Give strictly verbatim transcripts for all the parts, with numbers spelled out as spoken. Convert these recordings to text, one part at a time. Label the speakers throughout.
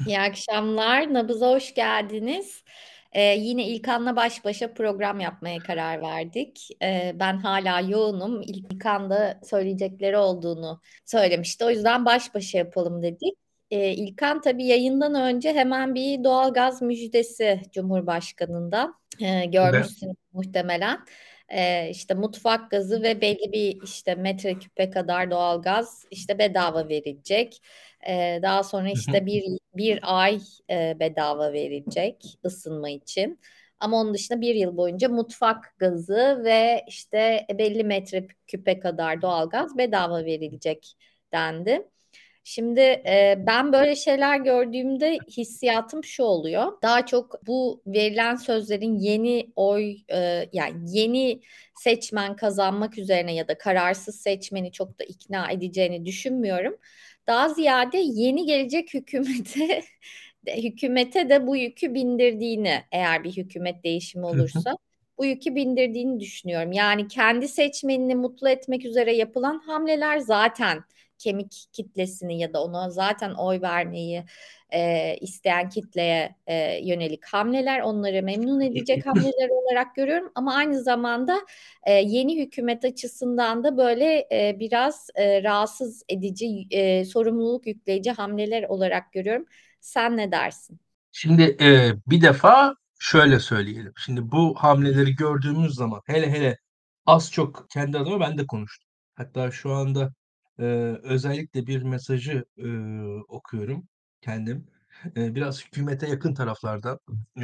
Speaker 1: İyi akşamlar. Nabız'a hoş geldiniz. Ee, yine İlkan'la baş başa program yapmaya karar verdik. Ee, ben hala yoğunum. İlkan da söyleyecekleri olduğunu söylemişti. O yüzden baş başa yapalım dedik. Ee, İlkan tabii yayından önce hemen bir doğalgaz müjdesi Cumhurbaşkanı'ndan ee,
Speaker 2: Tabii.
Speaker 1: görmüşsünüz muhtemelen. Ee, işte mutfak gazı ve belli bir işte metreküpe kadar doğalgaz işte bedava verilecek. Ee, daha sonra
Speaker 2: Hı hı.
Speaker 1: işte bir, bir ay e, bedava verilecek ısınma için. Ama onun dışında bir yıl boyunca mutfak gazı ve işte belli metreküpe kadar doğalgaz bedava verilecek dendi. Şimdi e, ben böyle şeyler gördüğümde hissiyatım şu oluyor. Daha çok bu verilen sözlerin yeni oy e, yani yeni seçmen kazanmak üzerine ya da kararsız seçmeni çok da ikna edeceğini düşünmüyorum. Daha ziyade yeni gelecek hükümete de, hükümete de bu yükü bindirdiğini, eğer bir hükümet değişimi
Speaker 2: Hı hı.
Speaker 1: olursa bu yükü bindirdiğini düşünüyorum. Yani kendi seçmenini mutlu etmek üzere yapılan hamleler zaten kemik kitlesini ya da ona zaten oy vermeyi e, isteyen kitleye e, yönelik hamleler, onları memnun edecek hamleler olarak görüyorum. Ama aynı zamanda e, yeni hükümet açısından da böyle e, biraz e, rahatsız edici, e, sorumluluk yükleyici hamleler olarak görüyorum. Sen ne dersin?
Speaker 2: Şimdi e, bir defa şöyle söyleyelim. Şimdi bu hamleleri gördüğümüz zaman hele hele az çok kendi adıma ben de konuştum. Hatta şu anda e, özellikle bir mesajı e, okuyorum kendim. E, biraz hükümete yakın taraflardan. E,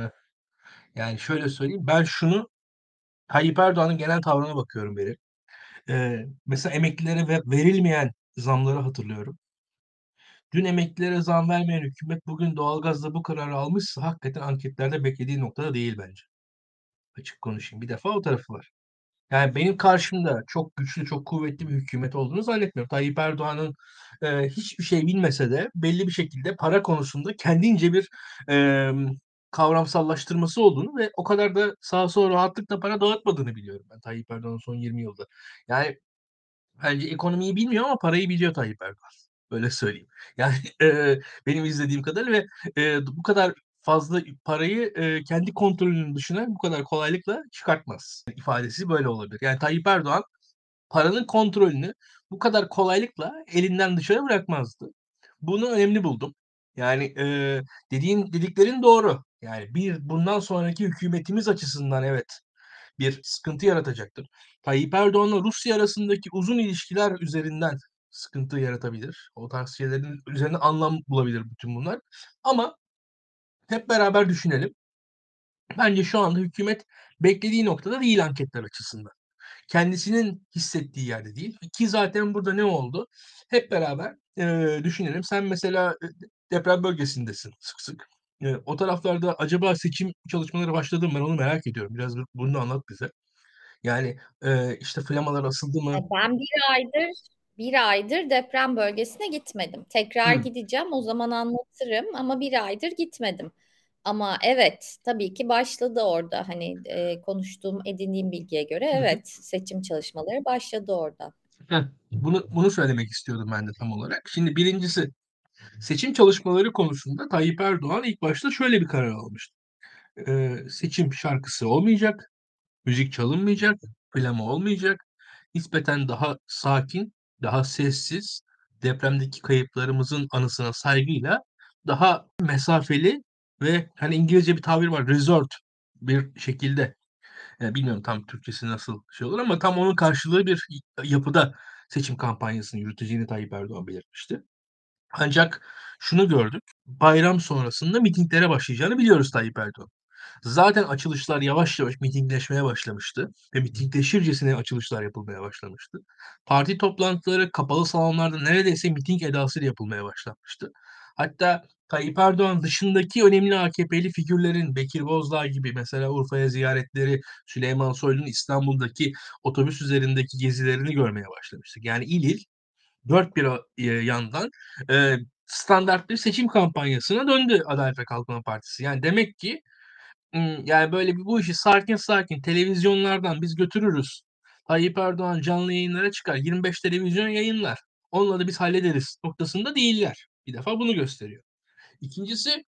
Speaker 2: Yani şöyle söyleyeyim. Ben şunu Tayyip Erdoğan'ın genel tavrına bakıyorum beri. E, mesela emeklilere ve verilmeyen zamları hatırlıyorum. Dün emeklilere zam vermeyen hükümet bugün doğalgazda bu kararı almışsa hakikaten anketlerde beklediği noktada değil bence. Açık konuşayım. Bir defa o tarafı var. Yani benim karşımda çok güçlü, çok kuvvetli bir hükümet olduğunu zannetmiyorum. Tayyip Erdoğan'ın e, hiçbir şey bilmese de belli bir şekilde para konusunda kendince bir e, kavramsallaştırması olduğunu ve o kadar da sağa sola rahatlıkla para dağıtmadığını biliyorum ben Tayyip Erdoğan'ın son yirmi yılda. Yani bence ekonomiyi bilmiyor ama parayı biliyor Tayyip Erdoğan. Öyle söyleyeyim. Yani, eee, benim izlediğim kadarıyla ve, eee, bu kadar fazla parayı, eee, kendi kontrolünün dışına bu kadar kolaylıkla çıkartmaz. İfadesi böyle olabilir. Yani Tayyip Erdoğan paranın kontrolünü bu kadar kolaylıkla elinden dışarı bırakmazdı. Bunu önemli buldum. Yani, eee, dediğin dediklerin doğru. Yani bir bundan sonraki hükümetimiz açısından evet, bir sıkıntı yaratacaktır. Tayyip Erdoğan'la Rusya arasındaki uzun ilişkiler üzerinden sıkıntı yaratabilir. O tarz şeylerin üzerine anlam bulabilir bütün bunlar. Ama hep beraber düşünelim. Bence şu anda hükümet beklediği noktada değil anketler açısından. Kendisinin hissettiği yerde değil. Ki zaten burada ne oldu? Hep beraber eee, düşünelim. Sen mesela e, deprem bölgesindesin sık sık. Eee, o taraflarda acaba seçim çalışmaları başladı mı? Ben onu merak ediyorum. Biraz bunu da anlat bize. Yani, eee, işte, flamalar asıldı
Speaker 1: E,
Speaker 2: mı?
Speaker 1: Ben bir aydır bir aydır deprem bölgesine gitmedim. Tekrar
Speaker 2: Hımm.
Speaker 1: gideceğim, o zaman anlatırım, ama bir aydır gitmedim. Ama evet, tabii ki başladı orada. Hani e, konuştuğum, edindiğim bilgiye göre
Speaker 2: Hı hı.
Speaker 1: evet, seçim çalışmaları başladı orada.
Speaker 2: Heh, bunu bunu söylemek istiyordum ben de tam olarak. Şimdi birincisi seçim çalışmaları konusunda Tayyip Erdoğan ilk başta şöyle bir karar almıştı. Eee, seçim şarkısı olmayacak, müzik çalınmayacak, flama olmayacak. Nispeten daha sakin, daha sessiz, depremdeki kayıplarımızın anısına saygıyla daha mesafeli ve, hani, İngilizce bir tabir var, resort bir şekilde. Eee, bilmiyorum tam Türkçesi nasıl şey olur ama tam onun karşılığı bir y yapıda seçim kampanyasını yürüteceğini Tayyip Erdoğan belirtmişti. Ancak şunu gördük, bayram sonrasında mitinglere başlayacağını biliyoruz Tayyip Erdoğan. Zaten açılışlar yavaş yavaş mitingleşmeye başlamıştı ve mitingleşircesine açılışlar yapılmaya başlamıştı. Parti toplantıları kapalı salonlarda neredeyse miting edasıyla yapılmaya başlanmıştı. Hatta Tayyip Erdoğan dışındaki önemli A K P'li figürlerin Bekir Bozdağ gibi mesela Urfa'ya ziyaretleri, Süleyman Soylu'nun İstanbul'daki otobüs üzerindeki gezilerini görmeye başlamıştık. Yani il il dört bir a eee, yandan, eee, standart bir seçim kampanyasına döndü Adalet ve Kalkınma Partisi. Yani demek ki Imm, yani, böyle, bir bu işi sakin sakin televizyonlardan biz götürürüz. Tayyip Erdoğan canlı yayınlara çıkar, yirmi beş televizyon yayınlar. Onunla da biz hallederiz noktasında değiller. Bir defa bunu gösteriyor. İkincisi,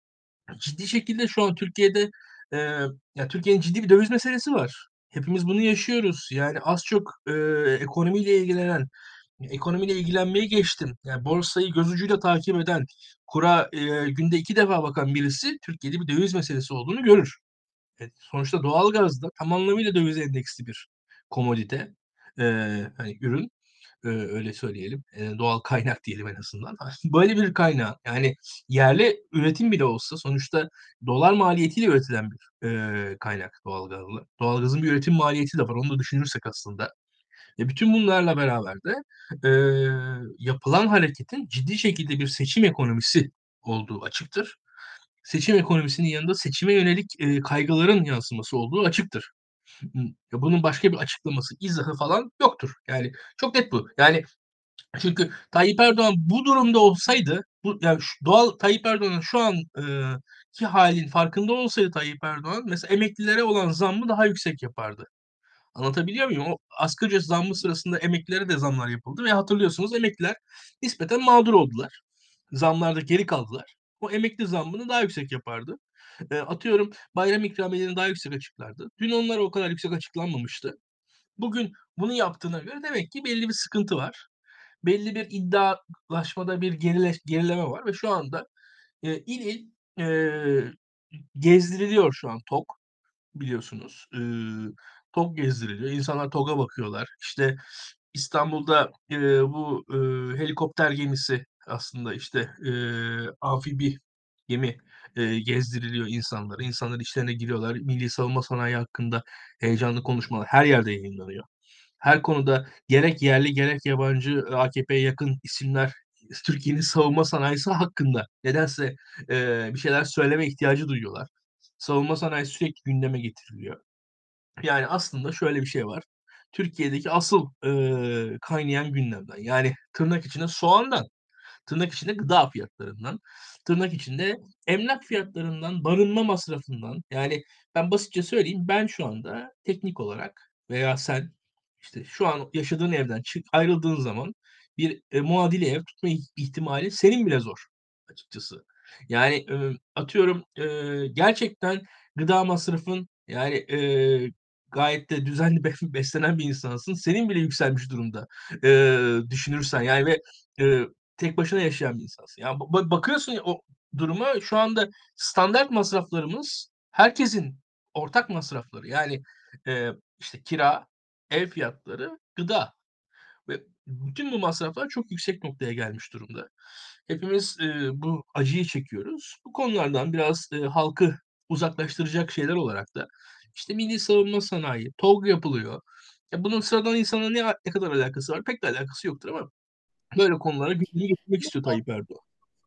Speaker 2: ciddi şekilde şu an Türkiye'de, eee, ya, Türkiye'nin ciddi bir döviz meselesi var. Hepimiz bunu yaşıyoruz. Yani az çok, eee, ekonomiyle ilgilenen, ekonomiyle ilgilenmeyi geçtim. Yani borsayı göz ucuyla takip eden, kura, eee, günde iki defa bakan birisi Türkiye'de bir döviz meselesi olduğunu görür. E, sonuçta doğalgaz da tam anlamıyla döviz endeksli bir komodite, eee, hani, ürün. Eee, öyle söyleyelim. Eee, doğal kaynak diyelim en azından. Böyle bir kaynağın, yani yerli üretim bile olsa sonuçta dolar maliyetiyle üretilen bir, eee, kaynak doğalgazlı. Doğalgazın bir üretim maliyeti de var. Onu da düşünürsek aslında. E, bütün bunlarla beraber de, eee, yapılan hareketin ciddi şekilde bir seçim ekonomisi olduğu açıktır. Seçim ekonomisinin yanında seçime yönelik, eee, kaygıların yansıması olduğu açıktır. Imm, ya, bunun başka bir açıklaması, izahı falan yoktur. Yani çok net bu. Yani çünkü Tayyip Erdoğan bu durumda olsaydı, bu yani şu doğal Tayyip Erdoğan'ın şu an eee, ki hâlin farkında olsaydı Tayyip Erdoğan, mesela emeklilere olan zammı daha yüksek yapardı. Anlatabiliyor muyum? O asgari ücret zammı sırasında emeklilere de zamlar yapıldı ve hatırlıyorsunuz emekliler nispeten mağdur oldular. Zamlarda geri kaldılar. O emekli zammını daha yüksek yapardı. Eee, atıyorum bayram ikramiyelerini daha yüksek açıklardı. Dün onlar o kadar yüksek açıklanmamıştı. Bugün bunu yaptığına göre demek ki belli bir sıkıntı var. Belli bir iddialaşmada bir gerile gerileme var ve şu anda, eee, il il, eee, gezdiriliyor şu an TOG biliyorsunuz. Iıı, TOG gezdiriliyor. İnsanlar TOG'a bakıyorlar. İşte İstanbul'da, eee, bu, ııı, helikopter gemisi aslında, işte, eee, amfibi gemi, eee, gezdiriliyor insanlara. İnsanlar içlerine giriyorlar. Milli savunma sanayi hakkında heyecanlı konuşmalar her yerde yayınlanıyor. Her konuda gerek yerli gerek yabancı A K P'ye yakın isimler Türkiye'nin savunma sanayisi hakkında nedense, eee, bir şeyler söyleme ihtiyacı duyuyorlar. Savunma sanayisi sürekli gündeme getiriliyor. Yani aslında şöyle bir şey var. Türkiye'deki asıl, eee, kaynayan gündemden, yani tırnak içinde soğandan, tırnak içinde gıda fiyatlarından, tırnak içinde emlak fiyatlarından, barınma masrafından, yani ben basitçe söyleyeyim, ben şu anda teknik olarak veya sen, işte, şu an yaşadığın evden çık ayrıldığın zaman bir, eee, muadili ev tutma ih ihtimali senin bile zor açıkçası. Yani, ımm, atıyorum, eee, gerçekten gıda masrafın, yani, eee, gayet de düzenli be beslenen bir insansın. Senin bile yükselmiş durumda, eee, düşünürsen, yani ve, eee, tek başına yaşayan bir insansın. Ya, ba ba bakıyorsun ya o duruma şu anda standart masraflarımız herkesin ortak masrafları. Yani, eee, işte kira, ev fiyatları, gıda ve bütün bu masraflar çok yüksek noktaya gelmiş durumda. Hepimiz, eee, bu acıyı çekiyoruz. Bu konulardan biraz, eee, halkı uzaklaştıracak şeyler olarak da işte milli savunma sanayi, TOG yapılıyor. Ya, bunun sıradan insana ne a ne kadar alakası var? Pek de alakası yoktur ama böyle konulara gündeme getirmek istiyor Tayyip Erdoğan.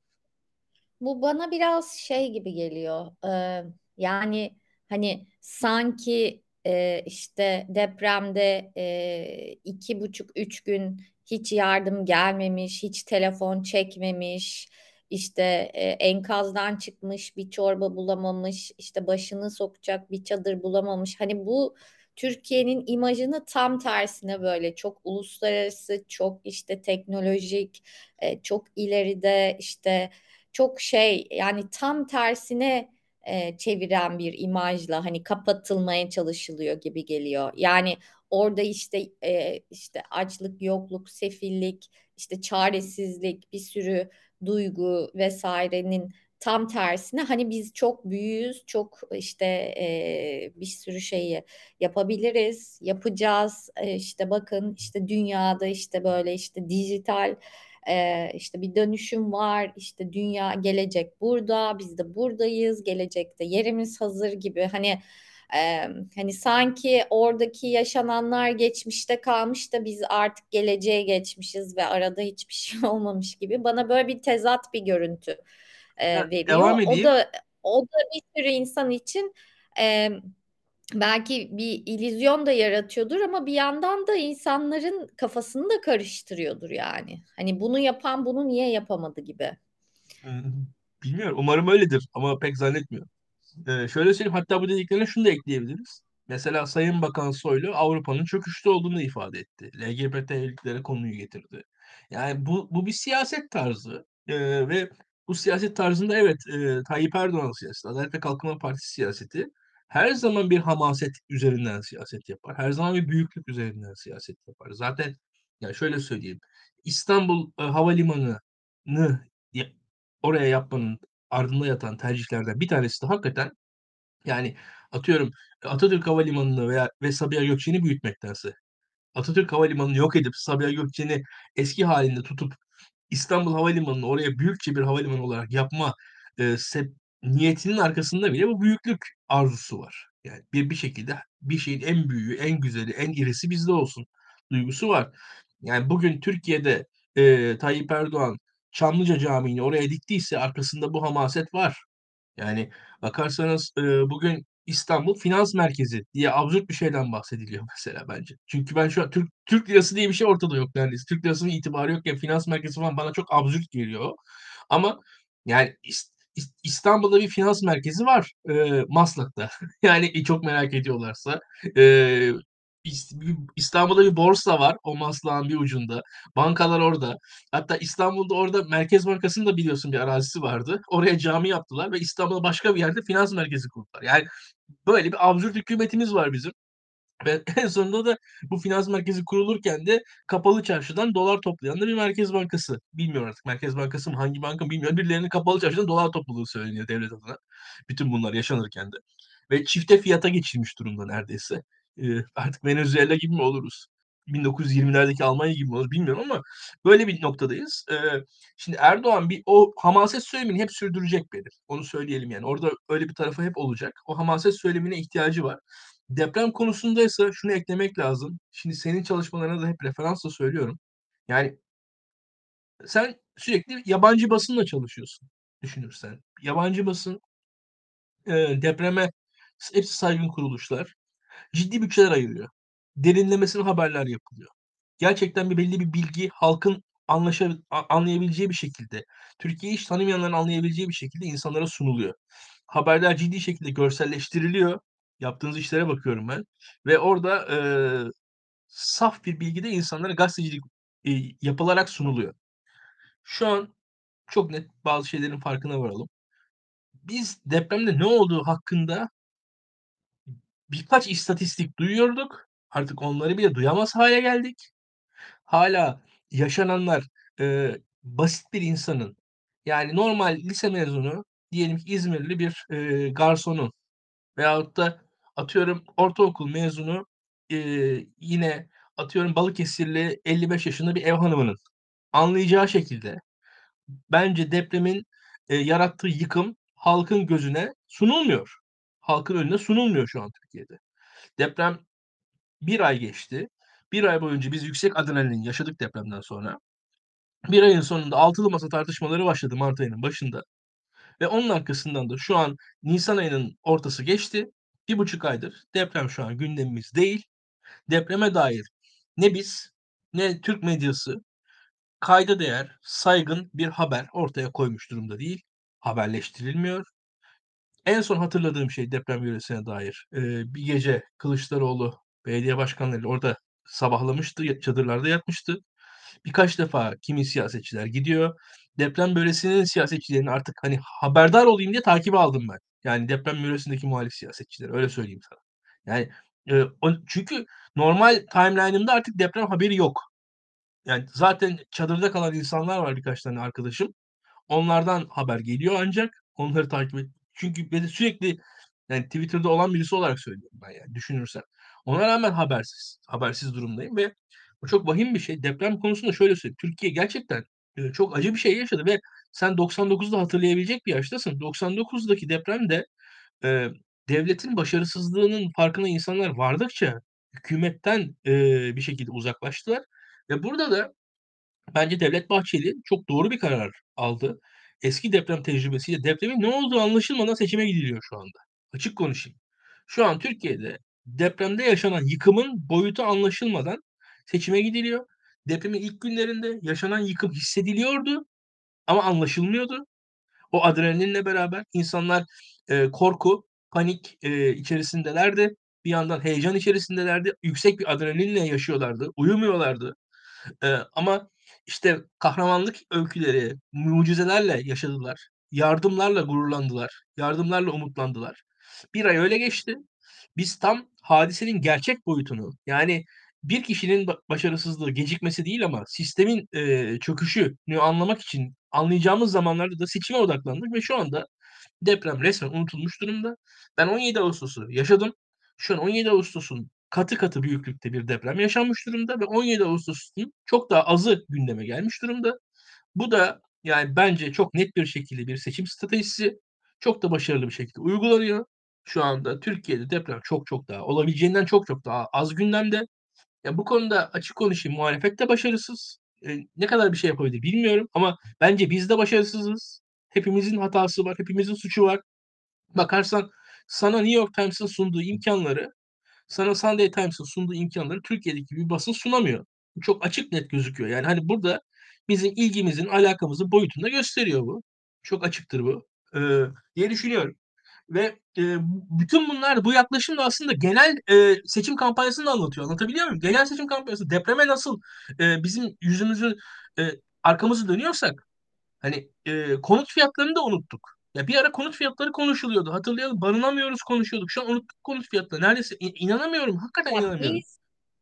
Speaker 1: Bu bana biraz şey gibi geliyor. Eee, yani hani sanki eee, işte depremde eee, iki buçuk üç gün hiç yardım gelmemiş, hiç telefon çekmemiş, işte eee, enkazdan çıkmış bir çorba bulamamış, işte başını sokacak bir çadır bulamamış. Hani bu Türkiye'nin imajını tam tersine böyle çok uluslararası, çok işte teknolojik, eee, çok ileride işte çok şey yani tam tersine e, çeviren bir imajla hani kapatılmaya çalışılıyor gibi geliyor. Yani orada işte e, işte açlık, yokluk, sefillik, işte çaresizlik, bir sürü duygu vesairenin tam tersine hani biz çok büyüğüz, çok işte e, bir sürü şeyi yapabiliriz, yapacağız. E, işte bakın işte dünyada işte böyle işte dijital ee, işte bir dönüşüm var, işte dünya gelecek burada, biz de buradayız, gelecekte yerimiz hazır gibi. Hani e, hani sanki oradaki yaşananlar geçmişte kalmış da biz artık geleceğe geçmişiz ve arada hiçbir şey olmamış gibi. Bana böyle bir tezat bir görüntü
Speaker 2: Ya,
Speaker 1: e, veriyor.
Speaker 2: devam
Speaker 1: O
Speaker 2: edeyim.
Speaker 1: da o da bir sürü insan için e, belki bir illüzyon da yaratıyordur ama bir yandan da insanların kafasını da karıştırıyordur yani. Hani bunu yapan bunu niye yapamadı gibi.
Speaker 2: Imm, bilmiyorum, umarım öyledir ama pek zannetmiyorum. Eee, şöyle söyleyeyim, hatta bu dediklerine şunu da ekleyebiliriz. Mesela Sayın Bakan Soylu Avrupa'nın çöküşte olduğunu ifade etti. L G B T'liklere konuyu getirdi. Yani bu bu bir siyaset tarzı, eee, ve Bu siyaset tarzında evet, eee, Tayyip Erdoğan siyaseti, Adalet ve Kalkınma Partisi siyaseti her zaman bir hamaset üzerinden siyaset yapar. Her zaman bir büyüklük üzerinden siyaset yapar. Zaten ya şöyle söyleyeyim, İstanbul, eee, Havalimanı'nı ya oraya yapmanın ardında yatan tercihlerden bir tanesi de hakikaten yani atıyorum Atatürk Havalimanı'nı veya ve Sabiha Gökçen'i büyütmektense Atatürk Havalimanı'nı yok edip Sabiha Gökçen'i eski hâlinde tutup İstanbul Havalimanı'nı oraya büyükçe bir havalimanı olarak yapma, eee, seb niyetinin arkasında bile bu büyüklük arzusu var. Yani bir bir şekilde bir şeyin en büyüğü, en güzeli, en irisi bizde olsun duygusu var. Yani bugün Türkiye'de, eee, Tayyip Erdoğan Çamlıca Camii'ni oraya diktiyse arkasında bu hamaset var. Yani bakarsanız, eee, bugün İstanbul finans merkezi diye absürt bir şeyden bahsediliyor mesela bence. Çünkü ben şu an Türk Türk lirası diye bir şey ortada yok neredeyse. Türk lirasının itibarı yokken finans merkezi falan bana çok absürt geliyor o. Ama yani İs İs İstanbul'da bir finans merkezi var, eee, Maslak'ta. Yani, iii, çok merak ediyorlarsa. Eee, İs İstanbul'da bir borsa var, o Maslak'ın bir ucunda. Bankalar orada. Hatta İstanbul'da orada Merkez Bankası'nın da biliyorsun bir arazisi vardı. Oraya cami yaptılar ve İstanbul'da başka bir yerde finans merkezi kurdular. Yani böyle bir absürt hükümetimiz var bizim ve en sonunda da bu finans merkezi kurulurken de kapalı çarşıdan dolar toplayan da bir Merkez Bankası. Bilmiyorum artık Merkez Bankası mı, hangi banka mı bilmiyorum. Birilerinin kapalı çarşıdan dolar topladığı söyleniyor devlet adına. Bütün bunlar yaşanırken de ve çifte fiyata geçilmiş durumda neredeyse. Eee, artık Venezuela gibi mi oluruz? bin dokuz yüz yirmilerdeki Almanya gibi mi oluruz bilmiyorum ama böyle bir noktadayız. Eee, şimdi Erdoğan bir o hamaset söylemini hep sürdürecek benim. Onu söyleyelim yani. Orada öyle bir tarafı hep olacak. O hamaset söylemine ihtiyacı var. Deprem konusundaysa şunu eklemek lazım. Şimdi senin çalışmalarına da hep referansla söylüyorum. Yani sen sürekli yabancı basınla çalışıyorsun düşünürsen. Yabancı basın, eee, depreme s hepsi saygın kuruluşlar. Ciddi bütçeler ayırıyor. Derinlemesine haberler yapılıyor. Gerçekten bir belli bir bilgi halkın anlaşabil a anlayabileceği bir şekilde, Türkiye'yi hiç tanımayanların anlayabileceği bir şekilde insanlara sunuluyor. Haberler ciddi şekilde görselleştiriliyor. Yaptığınız işlere bakıyorum ben ve orada, eee, saf bir bilgi de insanlara gazetecilik, iii, yapılarak sunuluyor. Şu an çok net bazı şeylerin farkına varalım. Biz depremde ne olduğu hakkında birkaç istatistik duyuyorduk. Artık onları bile duyamaz hâle geldik. Hâlâ yaşananlar, eee, basit bir insanın, yani normal lise mezunu, diyelim ki İzmirli bir, eee, garsonun veyahut da atıyorum ortaokul mezunu, eee, yine atıyorum Balıkesirli elli beş yaşında bir ev hanımının anlayacağı şekilde bence depremin, eee, yarattığı yıkım halkın gözüne sunulmuyor. Halkın önüne sunulmuyor şu an Türkiye'de. Deprem bir ay geçti. bir ay boyunca biz yüksek adrenalin yaşadık depremden sonra. bir ayın sonunda altılı masa tartışmaları başladı mart ayının başında ve onun arkasından da şu an nisan ayının ortası geçti. bir buçuk aydır deprem şu an gündemimiz değil. Depreme dair ne biz ne Türk medyası kayda değer, saygın bir haber ortaya koymuş durumda değil. Haberleştirilmiyor. En son hatırladığım şey deprem yöresine dair, eee, bir gece Kılıçdaroğlu belediye başkanlarıyla orada sabahlamıştı, ya çadırlarda yatmıştı. Birkaç defa kimi siyasetçiler gidiyor. Deprem bölgesinin siyasetçilerini artık, hani, haberdar olayım diye takibe aldım ben. Yani deprem bölgesindeki muhalif siyasetçileri, öyle söyleyeyim sana. Yani, eee, o çünkü normal timeline'ımda artık deprem haberi yok. Yani zaten çadırda kalan insanlar var birkaç tane arkadaşım. Onlardan haber geliyor ancak onları takip et çünkü beni sürekli yani Twitter'da olan birisi olarak söylüyorum ben yani düşünürsen. Ona rağmen habersiz, habersiz durumdayım ve bu çok vahim bir şey. Deprem konusunda şöyle söyleyeyim, Türkiye gerçekten, eee, çok acı bir şey yaşadı ve sen doksan dokuzda hatırlayabilecek bir yaştasın. doksan dokuzdaki depremde, eee, devletin başarısızlığının farkına insanlar vardıkça hükümetten, eee, bir şekilde uzaklaştılar ve burada da bence Devlet Bahçeli çok doğru bir karar aldı. Eski deprem tecrübesiyle depremin ne olduğu anlaşılmadan seçime gidiliyor şu anda. Açık konuşayım. Şu an Türkiye'de depremde yaşanan yıkımın boyutu anlaşılmadan seçime gidiliyor. Depremin ilk günlerinde yaşanan yıkım hissediliyordu ama anlaşılmıyordu. O adrenalinle beraber insanlar, eee, korku, panik, eee, içerisindelerdi. Bir yandan heyecan içerisindelerdi. Yüksek bir adrenalinle yaşıyorlardı, uyumuyorlardı. Eee, ama işte kahramanlık öyküleri, mucizelerle yaşadılar. Yardımlarla gururlandılar. Yardımlarla umutlandılar. Bir ay öyle geçti. Biz tam hadisenin gerçek boyutunu, yani bir kişinin ba başarısızlığı, gecikmesi değil ama sistemin, eee, çöküşünü anlamak için anlayacağımız zamanlarda da seçime odaklandık ve şu anda deprem resmen unutulmuş durumda. Ben on yedi Ağustos'u yaşadım. Şu an on yedi Ağustos'un katı katı büyüklükte bir deprem yaşanmış durumda ve on yedi Ağustos'un çok daha azı gündeme gelmiş durumda. Bu da, yani, bence çok net bir şekilde bir seçim stratejisi. Çok da başarılı bir şekilde uygulanıyor. Şu anda Türkiye'de deprem çok çok daha olabileceğinden çok çok daha az gündemde. Ya, bu konuda açık konuşayım, muhalefet de başarısız. Eee, ne kadar bir şey yapabilir bilmiyorum ama bence biz de başarısızız. Hepimizin hatası var, hepimizin suçu var. Bakarsan sana New York Times'ın sunduğu imkânları, sana Sunday Times'ın sunduğu imkânları Türkiye'deki bir basın sunamıyor. Bu çok açık net gözüküyor. Yani, hani, burada bizim ilgimizin, alakamızın boyutunu da gösteriyor bu. Çok açıktır bu, eee, diye düşünüyorum ve, eee, bütün bunlar, bu yaklaşım da aslında genel, eee, seçim kampanyasını da anlatıyor. Anlatabiliyor muyum? Genel seçim kampanyası depreme nasıl, eee, bizim yüzümüzü, eee, arkamızı dönüyorsak, hani, eee, konut fiyatlarını da unuttuk. Ya, bir ara konut fiyatları konuşuluyordu. Hatırlayalım, barınamıyoruz konuşuyorduk. Şu an unuttuk konut fiyatlarını. Neredeyse i inanamıyorum, hakikaten
Speaker 1: Ya
Speaker 2: inanamıyorum.
Speaker 1: biz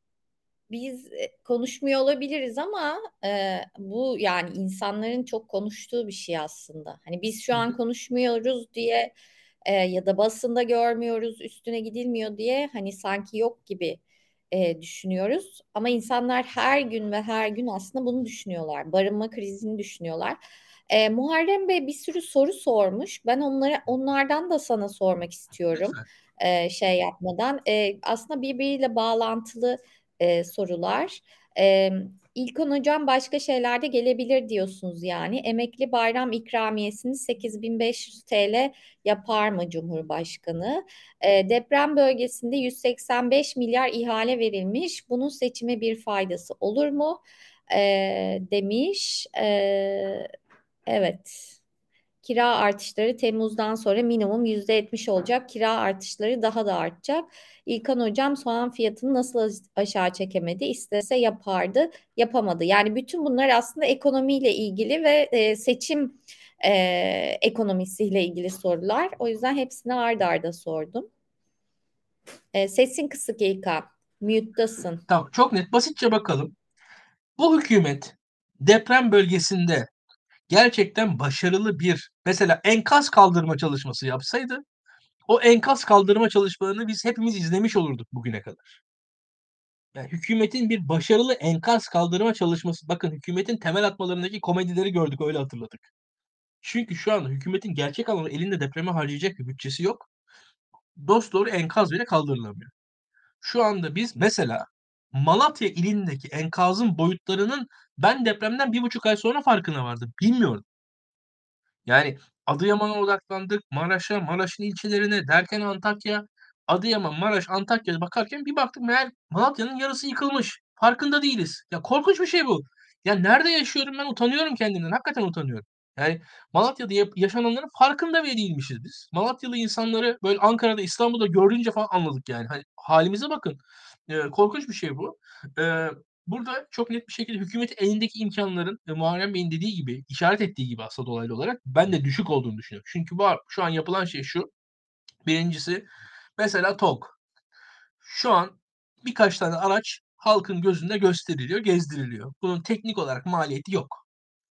Speaker 1: Biz, eee, konuşmuyor olabiliriz ama, eee, bu, yani, insanların çok konuştuğu bir şey aslında. Hani, biz şu
Speaker 2: Hı
Speaker 1: an
Speaker 2: hı.
Speaker 1: konuşmuyoruz diye, eee, ya da basında görmüyoruz, üstüne gidilmiyor diye, hani, sanki yok gibi, eee, düşünüyoruz. Ama insanlar her gün ve her gün aslında bunu düşünüyorlar. Barınma krizini düşünüyorlar. Eee, Muharrem Bey bir sürü soru sormuş. Ben onlara onlardan da sana sormak istiyorum,
Speaker 2: Lütfen.
Speaker 1: eee, şey yapmadan. Eee, aslında birbiriyle bağlantılı eee, sorular. Eee, İlkan Hocam başka şeyler de gelebilir diyorsunuz yani. Emekli bayram ikramiyesini sekiz bin beş yüz T L yapar mı Cumhurbaşkanı? Eee, deprem bölgesinde yüz seksen beş milyar ihale verilmiş. Bunun seçime bir faydası olur mu? Eee, demiş. Eee, evet. Kira artışları Temmuz'dan sonra minimum yüzde yetmiş olacak. Kira artışları daha da artacak. İlkan Hocam soğan fiyatını nasıl aşağı çekemedi? İstese yapardı, yapamadı. Yani bütün bunlar aslında ekonomiyle ilgili ve e, seçim e, ekonomisiyle ilgili sorular. O yüzden hepsini ard arda sordum. E, sesin kısık İlkan. Mute'dasın.
Speaker 2: Tamam, çok net, basitçe bakalım. Bu hükümet deprem bölgesinde gerçekten başarılı bir, mesela enkaz kaldırma çalışması yapsaydı, o enkaz kaldırma çalışmalarını biz hepimiz izlemiş olurduk bugüne kadar. Yani hükümetin bir başarılı enkaz kaldırma çalışması, bakın hükümetin temel atmalarındaki komedileri gördük, öyle hatırladık. Çünkü şu anda hükümetin gerçek anlamda elinde depreme harcayacak bir bütçesi yok. Dosdoğru enkaz bile kaldırılamıyor. Şu anda biz mesela Malatya ilindeki enkazın boyutlarının ben depremden bir buçuk ay sonra farkına vardım. Bilmiyorum. Yani Adıyaman'a odaklandık, Maraş'a, Maraş'ın ilçelerine derken Antakya, Adıyaman, Maraş, Antakya'ya bakarken bir baktık meğer Malatya'nın yarısı yıkılmış. Farkında değiliz. Ya korkunç bir şey bu. Ya nerede yaşıyorum ben, utanıyorum kendimden. Hakikaten utanıyorum. Yani Malatya'da yap yaşananların farkında bile değilmişiz biz. Malatyalı insanları böyle Ankara'da, İstanbul'da gördüğünce falan anladık yani. Hani hâlimize bakın. Eee, korkunç bir şey bu. Eee, burada çok net bir şekilde hükümetin elindeki imkânların ve Muharrem Bey'in dediği gibi, işaret ettiği gibi aslında dolaylı olarak ben de düşük olduğunu düşünüyorum. Çünkü var şu an yapılan şey şu: birincisi mesela TOG. Şu an birkaç tane araç halkın gözünde gösteriliyor, gezdiriliyor. Bunun teknik olarak maliyeti yok.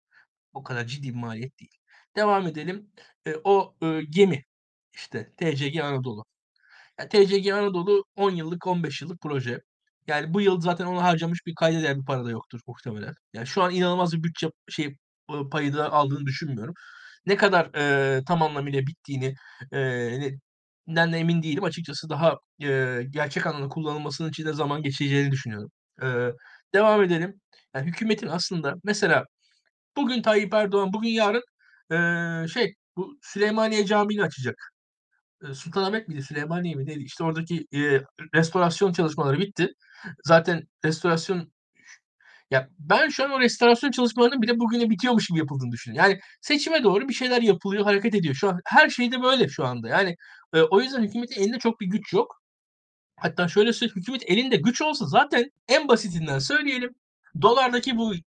Speaker 2: O kadar ciddi bir maliyet değil. Devam edelim. Eee, o, ııı, gemi, işte T C G Anadolu. Ya, T C G Anadolu on yıllık, on beş yıllık proje. Yani bu yıl zaten ona harcamış bir kayda değer bir para da yoktur muhtemelen. Yani şu an inanılmaz bir bütçe şey, ııı, payı da aldığını düşünmüyorum. Ne kadar, eee, tam anlamıyla bittiğini, eee, den de emin değilim. Açıkçası daha, eee, gerçek anlamda kullanılmasının için de zaman geçeceğini düşünüyorum. Eee, devam edelim. Yani hükümetin aslında mesela bugün Tayyip Erdoğan, bugün yarın, eee, şey, bu Süleymaniye Camii'ni açacak. Eee, Sultanahmet miydi, Süleymaniye mi neydi? İşte oradaki, eee, restorasyon çalışmaları bitti. Zaten restorasyon, ya, ben şu an o restorasyon çalışmalarının bile bugüne bitiyormuş gibi yapıldığını düşünüyorum. Yani seçime doğru bir şeyler yapılıyor, hareket ediyor. Şu an her şeyde böyle şu anda. Yani, eee, o yüzden hükümetin elinde çok bir güç yok. Hatta şöyle söyleyeyim, hükümet elinde güç olsa zaten en basitinden söyleyelim, dolardaki bu,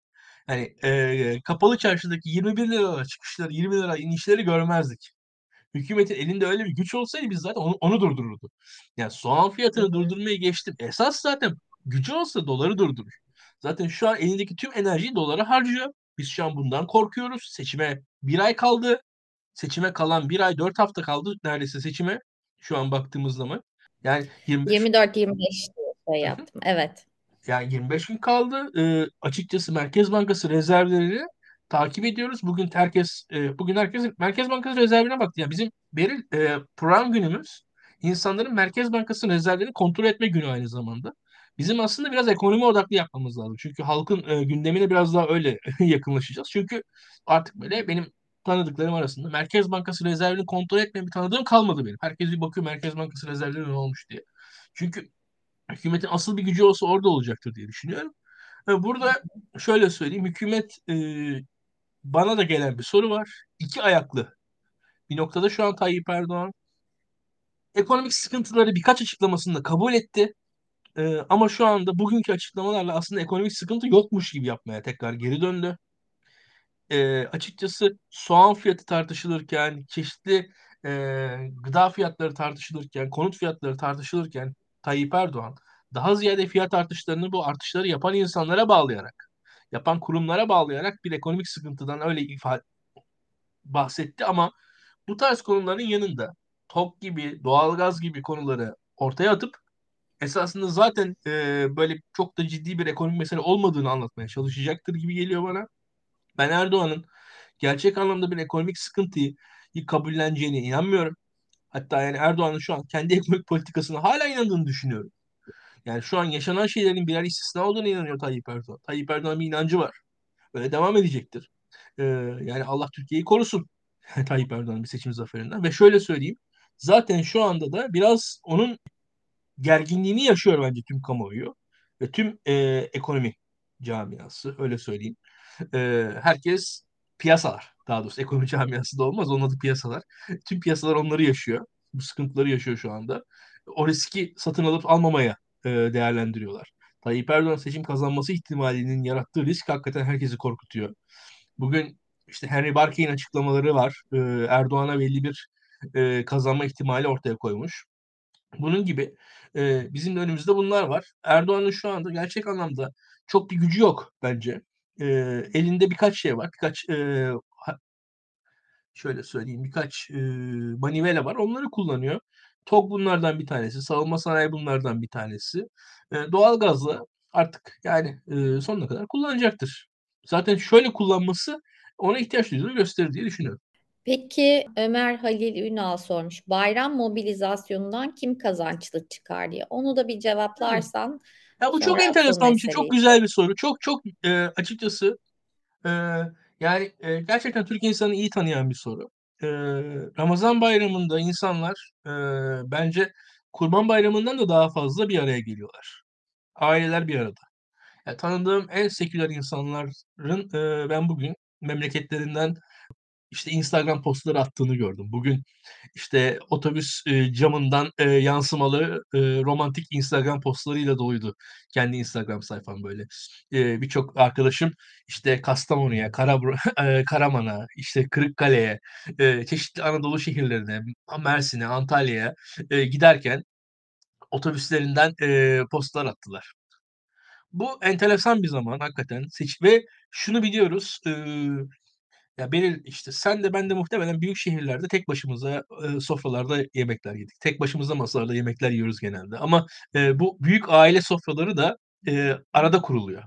Speaker 2: Hani, eee, kapalı çarşıdaki yirmi bir lira çıkışları, yirmi lira inişleri görmezdik. Hükümetin elinde öyle bir güç olsaydı biz zaten onu onu durdururduk. Yani soğan
Speaker 1: Hı
Speaker 2: fiyatını
Speaker 1: hı.
Speaker 2: durdurmayı geçtim. Esas zaten gücü olsa doları durdurur. Zaten şu an elindeki tüm enerjiyi dolara harcıyor. Biz şu an bundan korkuyoruz. Seçime bir ay kaldı. Seçime kalan bir ay, dört hafta kaldı neredeyse seçime şu an baktığımız zaman. Yani yirmi beş.
Speaker 1: yirmi dört yirmi beş diye şey
Speaker 2: Hı hı.
Speaker 1: yaptım. Evet.
Speaker 2: Yani yirmi beş gün kaldı. Eee, açıkçası Merkez Bankası rezervlerini takip ediyoruz. Bugün herkes eee, bugün herkes Merkez Bankası rezervine baktı. Yani bizim Beril eee, Prime günümüz insanların Merkez Bankası rezervlerini kontrol etme günü aynı zamanda. Bizim aslında biraz ekonomi odaklı yapmamız lazım. Çünkü halkın eee, gündemine biraz daha öyle yakınlaşacağız. Çünkü artık böyle benim tanıdıklarım arasında Merkez Bankası rezervini kontrol etmeyen bir tanıdığım kalmadı benim. Herkes bir bakıyor Merkez Bankası rezervleri ne olmuş diye. Çünkü hükümetin asıl bir gücü olsa orada olacaktır diye düşünüyorum. Ve burada şöyle söyleyeyim, hükümet e, bana da gelen bir soru var. İki ayaklı bir noktada şu an Tayyip Erdoğan ekonomik sıkıntıları birkaç açıklamasında kabul etti. E, ama şu anda bugünkü açıklamalarla aslında ekonomik sıkıntı yokmuş gibi yapmaya tekrar geri döndü. E, açıkçası soğan fiyatı tartışılırken, çeşitli e, gıda fiyatları tartışılırken, konut fiyatları tartışılırken Tayyip Erdoğan daha ziyade fiyat artışlarını bu artışları yapan insanlara bağlayarak, yapan kurumlara bağlayarak bir ekonomik sıkıntıdan öyle ifade bahsetti ama bu tarz konuların yanında TOK gibi, doğalgaz gibi konuları ortaya atıp esasında zaten e, böyle çok da ciddi bir ekonomik mesele olmadığını anlatmaya çalışacaktır gibi geliyor bana. Ben Erdoğan'ın gerçek anlamda bir ekonomik sıkıntıyı kabulleneceğine inanmıyorum. Hatta yani Erdoğan'ın şu an kendi ekonomik politikasına hala inandığını düşünüyorum. Yani şu an yaşanan şeylerin birer istisna olduğunu inanıyor Tayyip Erdoğan. Tayyip Erdoğan'ın bir inancı var. Böyle devam edecektir. Ee, yani Allah Türkiye'yi korusun Tayyip Erdoğan'ın bir seçim zaferinden. Ve şöyle söyleyeyim. Zaten şu anda da biraz onun gerginliğini yaşıyor bence tüm kamuoyu ve tüm e, ekonomi camiası öyle söyleyeyim. E, herkes piyasalar daha doğrusu ekonomi camiası da olmaz onun adı piyasalar. Tüm piyasalar onları yaşıyor. Bu sıkıntıları yaşıyor şu anda. O riski satın alıp almamaya e, değerlendiriyorlar. Tayyip Erdoğan seçim kazanması ihtimalinin yarattığı risk hakikaten herkesi korkutuyor. Bugün işte Henry Barkey'in açıklamaları var. E, Erdoğan'a belli bir e, kazanma ihtimali ortaya koymuş. Bunun gibi e, bizim de önümüzde bunlar var. Erdoğan'ın şu anda gerçek anlamda çok bir gücü yok bence. E, elinde birkaç şey var. Birkaç e, ha- şöyle söyleyeyim birkaç e, manivela var. Onları kullanıyor. TOG bunlardan bir tanesi. Savunma sanayi bunlardan bir tanesi. E, doğalgazla artık yani e, sonuna kadar kullanacaktır. Zaten şöyle kullanması ona ihtiyaç duyduğunu gösterir diye düşünüyorum.
Speaker 1: Peki Ömer Halil Ünal sormuş. Bayram mobilizasyonundan kim kazançlı çıkar diye. Onu da bir
Speaker 2: Hı.
Speaker 1: cevaplarsan
Speaker 2: Ya bu çok
Speaker 1: sonra asıl
Speaker 2: enteresan bir şey. Çok
Speaker 1: meseleyi.
Speaker 2: güzel bir soru. Çok çok e, açıkçası Ee, yani e, gerçekten Türk insanı iyi tanıyan bir soru. Ee, Ramazan bayramında insanlar e, bence Kurban Bayramı'ndan da daha fazla bir araya geliyorlar. Aileler bir arada. Ya, tanıdığım en seküler insanların e, ben bugün memleketlerinden işte Instagram postları attığını gördüm. Bugün işte otobüs e, camından e, yansımalı e, romantik Instagram postlarıyla doluydu kendi Instagram sayfam böyle. E, birçok arkadaşım işte Kastamonu'ya, Karabur e, Karaman'a, işte Kırıkkale'ye, e, çeşitli Anadolu şehirlerine, Mersin'e, Antalya'ya e, giderken otobüslerinden e, postlar attılar. Bu enteresan bir zaman hakikaten. Seç ve şunu biliyoruz. E, ya Beril işte sen de ben de muhtemelen büyük şehirlerde tek başımıza e, sofralarda yemekler yedik. Tek başımıza masalarda yemekler yiyoruz genelde. Ama e, bu büyük aile sofraları da e, arada kuruluyor.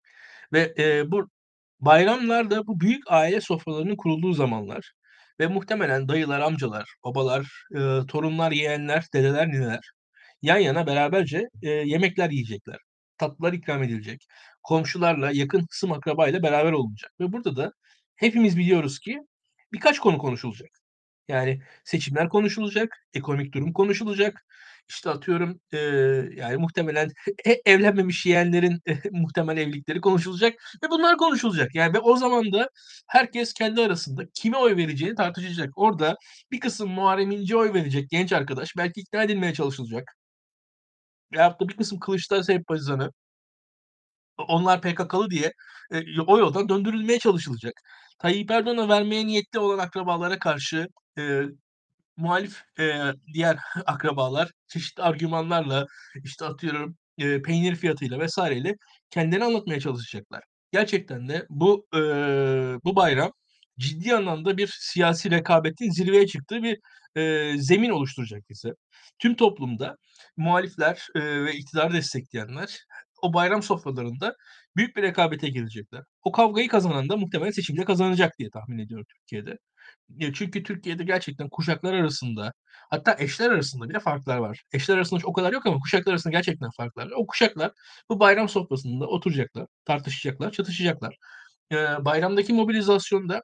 Speaker 2: Ve e, bu bayramlarda bu büyük aile sofralarının kurulduğu zamanlar ve muhtemelen dayılar, amcalar, babalar, e, torunlar, yeğenler, dedeler, nineler yan yana beraberce e, yemekler yiyecekler. Tatlılar ikram edilecek. Komşularla, yakın kısım akrabayla beraber olunacak. Ve burada da hepimiz biliyoruz ki birkaç konu konuşulacak. Yani seçimler konuşulacak, ekonomik durum konuşulacak. İşte atıyorum e, yani muhtemelen e- evlenmemiş yeğenlerin e, muhtemel evlilikleri konuşulacak ve bunlar konuşulacak. Yani ve o zaman da herkes kendi arasında kime oy vereceğini tartışacak. Orada bir kısım Muharrem İnce'ye oy verecek genç arkadaş belki ikna edilmeye çalışılacak. Veyahut da bir kısım Kılıçdaroğlu sempatizanı onlar P K K'lı diye e, o yoldan döndürülmeye çalışılacak. Tayyip Erdoğan'a vermeye niyetli olan akrabalara karşı e, muhalif e, diğer akrabalar çeşitli argümanlarla işte atıyorum e, peynir fiyatıyla vesaireyle kendilerini anlatmaya çalışacaklar. Gerçekten de bu e, bu bayram ciddi anlamda bir siyasi rekabetin zirveye çıktığı bir e, zemin oluşturacak bize. Tüm toplumda muhalifler e, ve iktidarı destekleyenler o bayram sofralarında büyük bir rekabete girecekler. O kavgayı kazanan da muhtemelen seçimde kazanacak diye tahmin ediyorum Türkiye'de. Ya, çünkü Türkiye'de gerçekten kuşaklar arasında, hatta eşler arasında bile farklar var. Eşler arasında o kadar yok ama kuşaklar arasında gerçekten farklar var. O kuşaklar bu bayram sofrasında oturacaklar, tartışacaklar, çatışacaklar. Eee, bayramdaki mobilizasyonda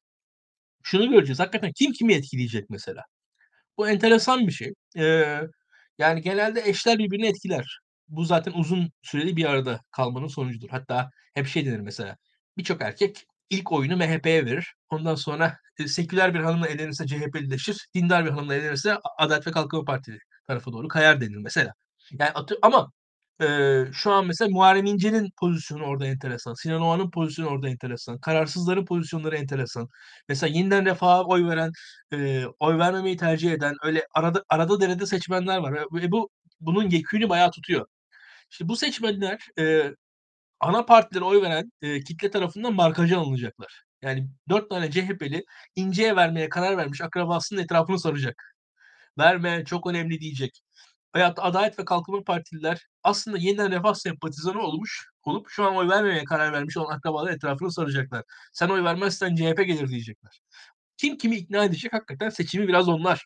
Speaker 2: şunu göreceğiz, hakikaten kim kimi etkileyecek mesela? Bu enteresan bir şey. Eee, yani genelde eşler birbirini etkiler. Bu zaten uzun süreli bir arada kalmanın sonucudur. Hatta hep şey denir mesela, birçok erkek ilk oyunu M H P'ye verir. Ondan sonra, eee, seküler bir hanımla evlenirse C H P'lileşir, dindar bir hanımla evlenirse A Adalet ve Kalkınma Partisi tarafa doğru kayar denir mesela. Yani atı ama, eee, şu an mesela Muharrem İnce'nin pozisyonu orada enteresan. Sinan Oğan'ın pozisyonu orada enteresan. Kararsızların pozisyonları enteresan. Mesela Yeniden Refah'a oy veren, eee, oy vermemeyi tercih eden, öyle arada arada derede seçmenler var ve ve bu bunun yekünü bayağı tutuyor. İşte bu seçmenler, eee, ana partilere oy veren, eee, kitle tarafından markaja alınacaklar. Yani dört tane C H P'li İnce'ye vermeye karar vermiş akrabasının etrafını saracak. "Verme, çok önemli." diyecek. Veyahut da Adalet ve Kalkınma Partililer aslında Yeniden Refah sempatizanı olmuş olup şu an oy vermemeye karar vermiş olan akrabalar etrafını saracaklar. "Sen oy vermezsen C H P gelir." diyecekler. Kim kimi ikna edecek hakikaten seçimi biraz onlar,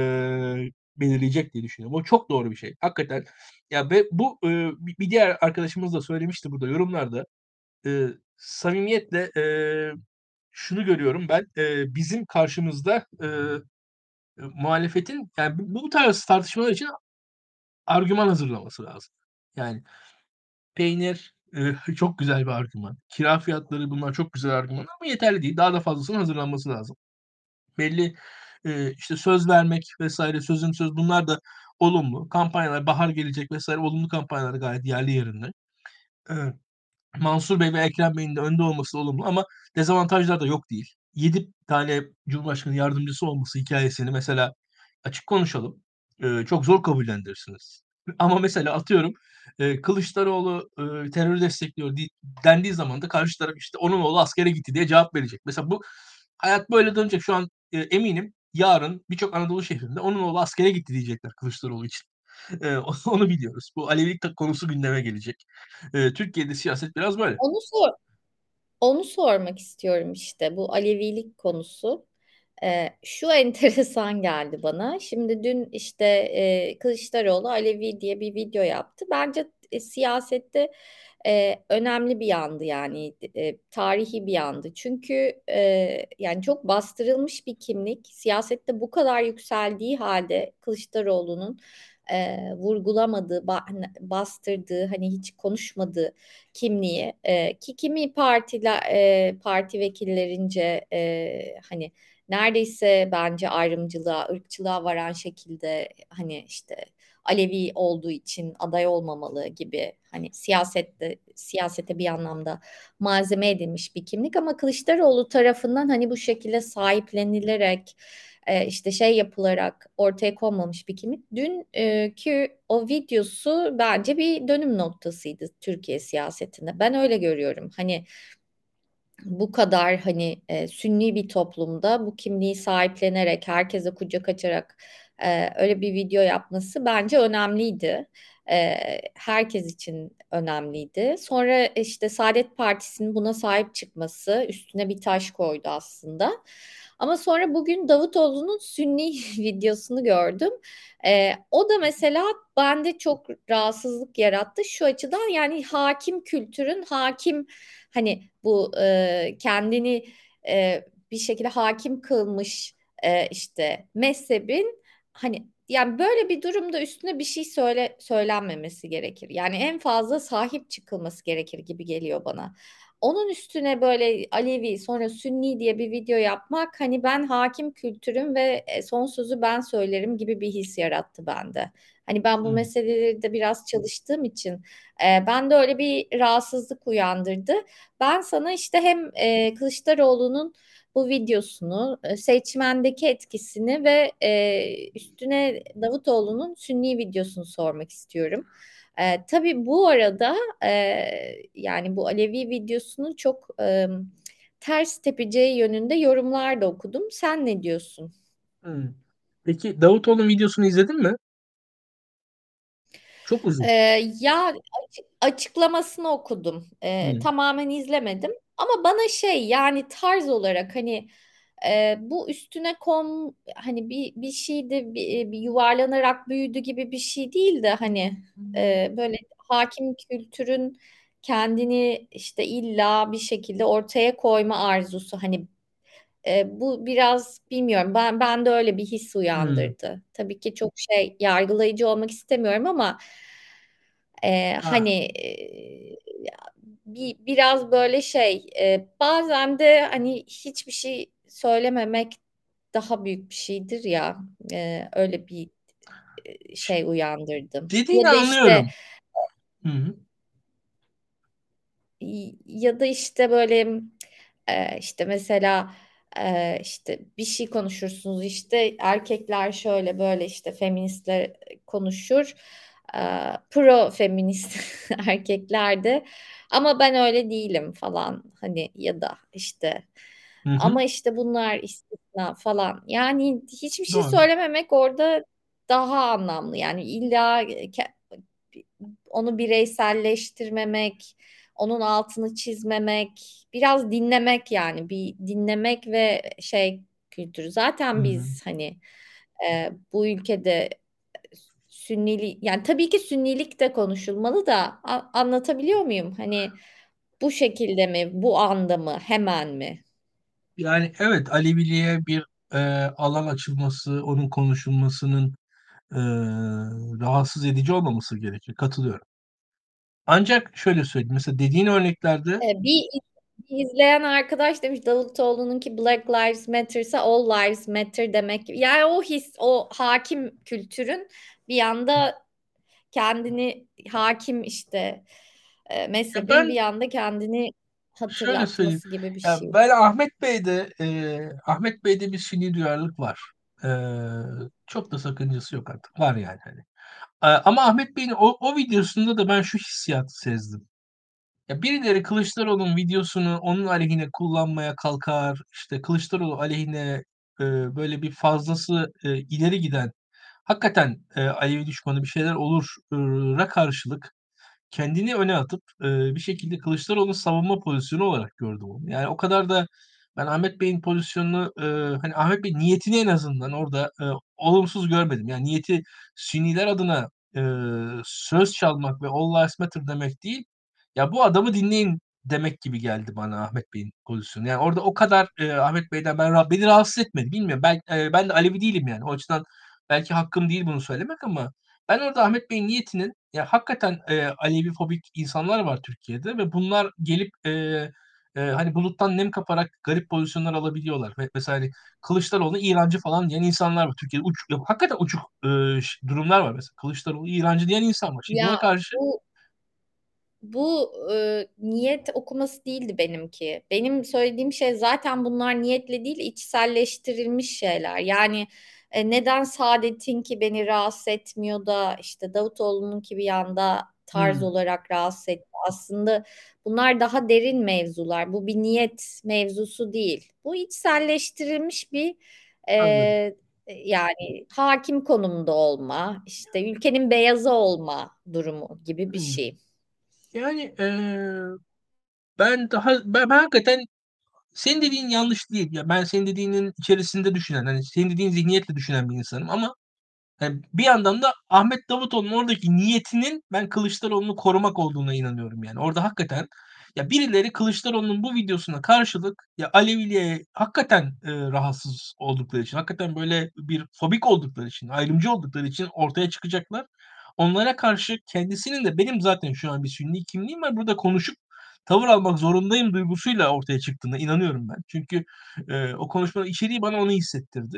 Speaker 2: eee, belirleyecek diye düşünüyorum. O çok doğru bir şey. Hakikaten ya ve bu, eee, bi bir diğer arkadaşımız da söylemişti burada yorumlarda. Eee, samimiyetle, eee, şunu görüyorum ben, eee, bizim karşımızda, eee, muhalefetin yani bu bu tarz tartışmalar için argüman hazırlaması lazım. Yani peynir, eee, çok güzel bir argüman. Kira fiyatları bunlar çok güzel argümanlar ama yeterli değil. Daha da fazlasının hazırlanması lazım. Belli, eee, işte, söz vermek vesaire sözüm söz bunlar da olumlu. Kampanyalar, bahar gelecek vesaire olumlu kampanyalar gayet yerli yerinde. Eee, Mansur Bey ve Ekrem Bey'in de önde olması olumlu ama dezavantajlar da yok değil. Yedi tane cumhurbaşkanı yardımcısı olması hikâyesini mesela açık konuşalım, eee, çok zor kabullendirirsiniz. Ama mesela atıyorum, eee, Kılıçdaroğlu, eee, terörü destekliyor di dendiği zaman da karşı taraf, işte, onun oğlu askere gitti diye cevap verecek. Mesela bu hayat böyle dönecek. Şu an, eee, eminim yarın birçok Anadolu şehrinde onun oğlu askere gitti diyecekler Kılıçdaroğlu için. Eee, onu biliyoruz. Bu Alevilik ta konusu gündeme gelecek. Eee, Türkiye'de siyaset biraz böyle.
Speaker 1: Onu sor, onu sormak istiyorum işte bu Alevilik konusu. Ee, şu enteresan geldi bana. Şimdi dün işte e, Kılıçdaroğlu Alevi diye bir video yaptı. Bence e, siyasette e, önemli bir yandı yani e, tarihi bir yandı. Çünkü e, yani çok bastırılmış bir kimlik siyasette bu kadar yükseldiği halde Kılıçdaroğlu'nun e, vurgulamadığı, ba- bastırdığı, hani hiç konuşmadığı kimliği e, ki kimi partiler e, parti vekillerince e, hani neredeyse bence ayrımcılığa, ırkçılığa varan şekilde hani işte Alevi olduğu için aday olmamalı gibi hani siyasette siyasete bir anlamda malzeme edilmiş bir kimlik ama Kılıçdaroğlu tarafından hani bu şekilde sahiplenilerek e, işte şey yapılarak ortaya konmamış bir kimlik. Dünkü o videosu bence bir dönüm noktasıydı Türkiye siyasetinde. Ben öyle görüyorum. Hani bu kadar hani e, sünni bir toplumda bu kimliği sahiplenerek herkese kucak açarak e, öyle bir video yapması bence önemliydi. E, herkes için önemliydi. Sonra işte Saadet Partisi'nin buna sahip çıkması üstüne bir taş koydu aslında. Ama sonra bugün Davutoğlu'nun sünni videosunu gördüm. E, o da mesela bende çok rahatsızlık yarattı. Şu açıdan yani hakim kültürün hakim hani bu e, kendini e, bir şekilde hakim kılmış e, işte mezhebin hani yani böyle bir durumda üstüne bir şey söyle söylenmemesi gerekir. Yani en fazla sahip çıkılması gerekir gibi geliyor bana. Onun üstüne böyle Alevi sonra Sünni diye bir video yapmak hani ben hakim kültürüm ve e, son sözü ben söylerim gibi bir his yarattı bende. Hani ben bu
Speaker 2: Hımm.
Speaker 1: meseleleri de biraz çalıştığım için e, ben de öyle bir rahatsızlık uyandırdı. Ben sana işte hem e, Kılıçdaroğlu'nun bu videosunu, e, seçmendeki etkisini ve e, üstüne Davutoğlu'nun Sünni videosunu sormak istiyorum. E, tabii bu arada e, yani bu Alevi videosunu çok e, ters tepeceği yönünde yorumlar da okudum. Sen ne diyorsun?
Speaker 2: Hımm. Peki Davutoğlu'nun videosunu izledin mi? Çok
Speaker 1: Ee,
Speaker 2: uzun.
Speaker 1: ya açık- açıklamasını okudum. Ee,
Speaker 2: Hımm.
Speaker 1: tamamen izlemedim. Ama bana şey yani tarz olarak hani e, bu üstüne kon hani bir bir şeydi bir, bir yuvarlanarak büyüdü gibi bir şey değil de hani e, böyle hakim kültürün kendini işte illa bir şekilde ortaya koyma arzusu hani e, bu biraz bilmiyorum ben ben de öyle bir his
Speaker 2: Hımm.
Speaker 1: uyandırdı. Tabii ki çok şey yargılayıcı olmak istemiyorum ama e,
Speaker 2: Ha,
Speaker 1: hani e, bir biraz böyle şey e, bazen de hani hiçbir şey söylememek daha büyük bir şeydir ya. E, öyle bir e,
Speaker 2: ş
Speaker 1: şey uyandırdım.
Speaker 2: dediğini
Speaker 1: Ya da işte
Speaker 2: anlıyorum. Hı hı.
Speaker 1: ya da işte böyle e, işte mesela e, işte bir şey konuşursunuz işte erkekler şöyle böyle işte feministler konuşur e, pro feminist erkekler de ama ben öyle değilim falan hani ya da işte
Speaker 2: Hı hı.
Speaker 1: ama işte bunlar istisna falan yani hiçbir şey
Speaker 2: Doğru.
Speaker 1: söylememek orada daha anlamlı yani illa ke- onu bireyselleştirmemek, onun altını çizmemek, biraz dinlemek yani bir dinlemek ve şey kültürü.
Speaker 2: Hı
Speaker 1: Zaten
Speaker 2: hı.
Speaker 1: biz hani e, bu ülkede Sünnili yani tabii ki Sünnilik de konuşulmalı da a- anlatabiliyor muyum? Hani bu şekilde mi, bu anda mı, hemen mi?
Speaker 2: Yani evet, Aleviliğe bir, eee, alan açılması, onun konuşulmasının, eee, rahatsız edici olmaması gerekir. Katılıyorum. Ancak şöyle söyleyeyim, mesela dediğin örneklerde
Speaker 1: E, bir, bir izleyen arkadaş demiş Davutoğlu'nunki Black Lives Matter'sa All Lives Matter demek. Yani o his, o hakim kültürün bir anda kendini hakim işte e,
Speaker 2: ya
Speaker 1: mezhebin bir
Speaker 2: ben
Speaker 1: anda kendini
Speaker 2: şöyle söyleyeyim,
Speaker 1: hatırlatması gibi bir
Speaker 2: ya
Speaker 1: şey.
Speaker 2: ben Ahmet Bey'de, eee, Ahmet Bey'de bir sünni duyarlılık var. Eee, çok da sakıncası yok artık. Var yani hani. Eee, ama Ahmet Bey'in o o videosunda da ben şu hissiyatı sezdim. Ya birileri Kılıçdaroğlu'nun videosunu onun aleyhine kullanmaya kalkar, işte Kılıçdaroğlu aleyhine, eee, böyle bir fazlası, eee, ileri giden, hakikaten, eee, Alevi düşmanı bir şeyler olur ııı, karşılık kendini öne atıp, eee, bir şekilde Kılıçdaroğlu'nu savunma pozisyonu olarak gördüm onu. Yani o kadar da ben Ahmet Bey'in pozisyonunu, eee, hani Ahmet Bey niyetini en azından orada, eee, olumsuz görmedim. Yani niyeti Sünniler adına, eee, söz çalmak ve "All lives matter" demek değil, ya bu adamı dinleyin demek gibi geldi bana Ahmet Bey'in pozisyonu. Yani orada o kadar, eee, Ahmet Bey'den ben ra beni rahatsız etmedi. Bilmiyorum, ben, eee, ben de Alevi değilim yani. O açıdan belki hakkım değil bunu söylemek ama ben orada Ahmet Bey'in niyetinin ya hakikaten, eee, Alevi fobik insanlar var Türkiye'de ve bunlar gelip, eee, eee, hani buluttan nem kaparak garip pozisyonlar alabiliyorlar ve mesela hani Kılıçdaroğlu'na İrancı falan diyen insanlar var Türkiye'de. Uç ya hakikaten uçuk, eee, ş durumlar var mesela. Kılıçdaroğlu İrancı diyen insan var. Şimdi buna
Speaker 1: Ya
Speaker 2: karşı
Speaker 1: bu Bu e, niyet okuması değildi benimki. Benim söylediğim şey zaten bunlar niyetle değil, içselleştirilmiş şeyler. Yani e, neden Saadet'inki beni rahatsız etmiyor da işte Davutoğlu'nunki bir yanda tarz
Speaker 2: Hımm,
Speaker 1: olarak rahatsız etti. Aslında bunlar daha derin mevzular. Bu bir niyet mevzusu değil. Bu içselleştirilmiş bir
Speaker 2: anladım.
Speaker 1: e, yani hakim konumda olma, işte ülkenin beyazı olma durumu gibi bir
Speaker 2: Hımm.
Speaker 1: şey.
Speaker 2: Yani, eee, ben daha ben ben hakikaten senin dediğin yanlış değil. Ya, ben senin dediğinin içerisinde düşünen, hani, senin dediğin zihniyetle düşünen bir insanım ama Eee, bir yandan da Ahmet Davutoğlu'nun oradaki niyetinin ben Kılıçdaroğlu'nu korumak olduğuna inanıyorum yani. Orada hakikaten ya birileri Kılıçdaroğlu'nun bu videosuna karşılık ya Aleviliğe hakikaten, eee, rahatsız oldukları için, hakikaten böyle bir fobik oldukları için, ayrımcı oldukları için ortaya çıkacaklar. Onlara karşı kendisinin de benim zaten şu an bir Sünni kimliğim var. Burada konuşup tavır almak zorundayım duygusuyla ortaya çıktığına inanıyorum ben. Çünkü, eee, o konuşmanın içeriği bana onu hissettirdi.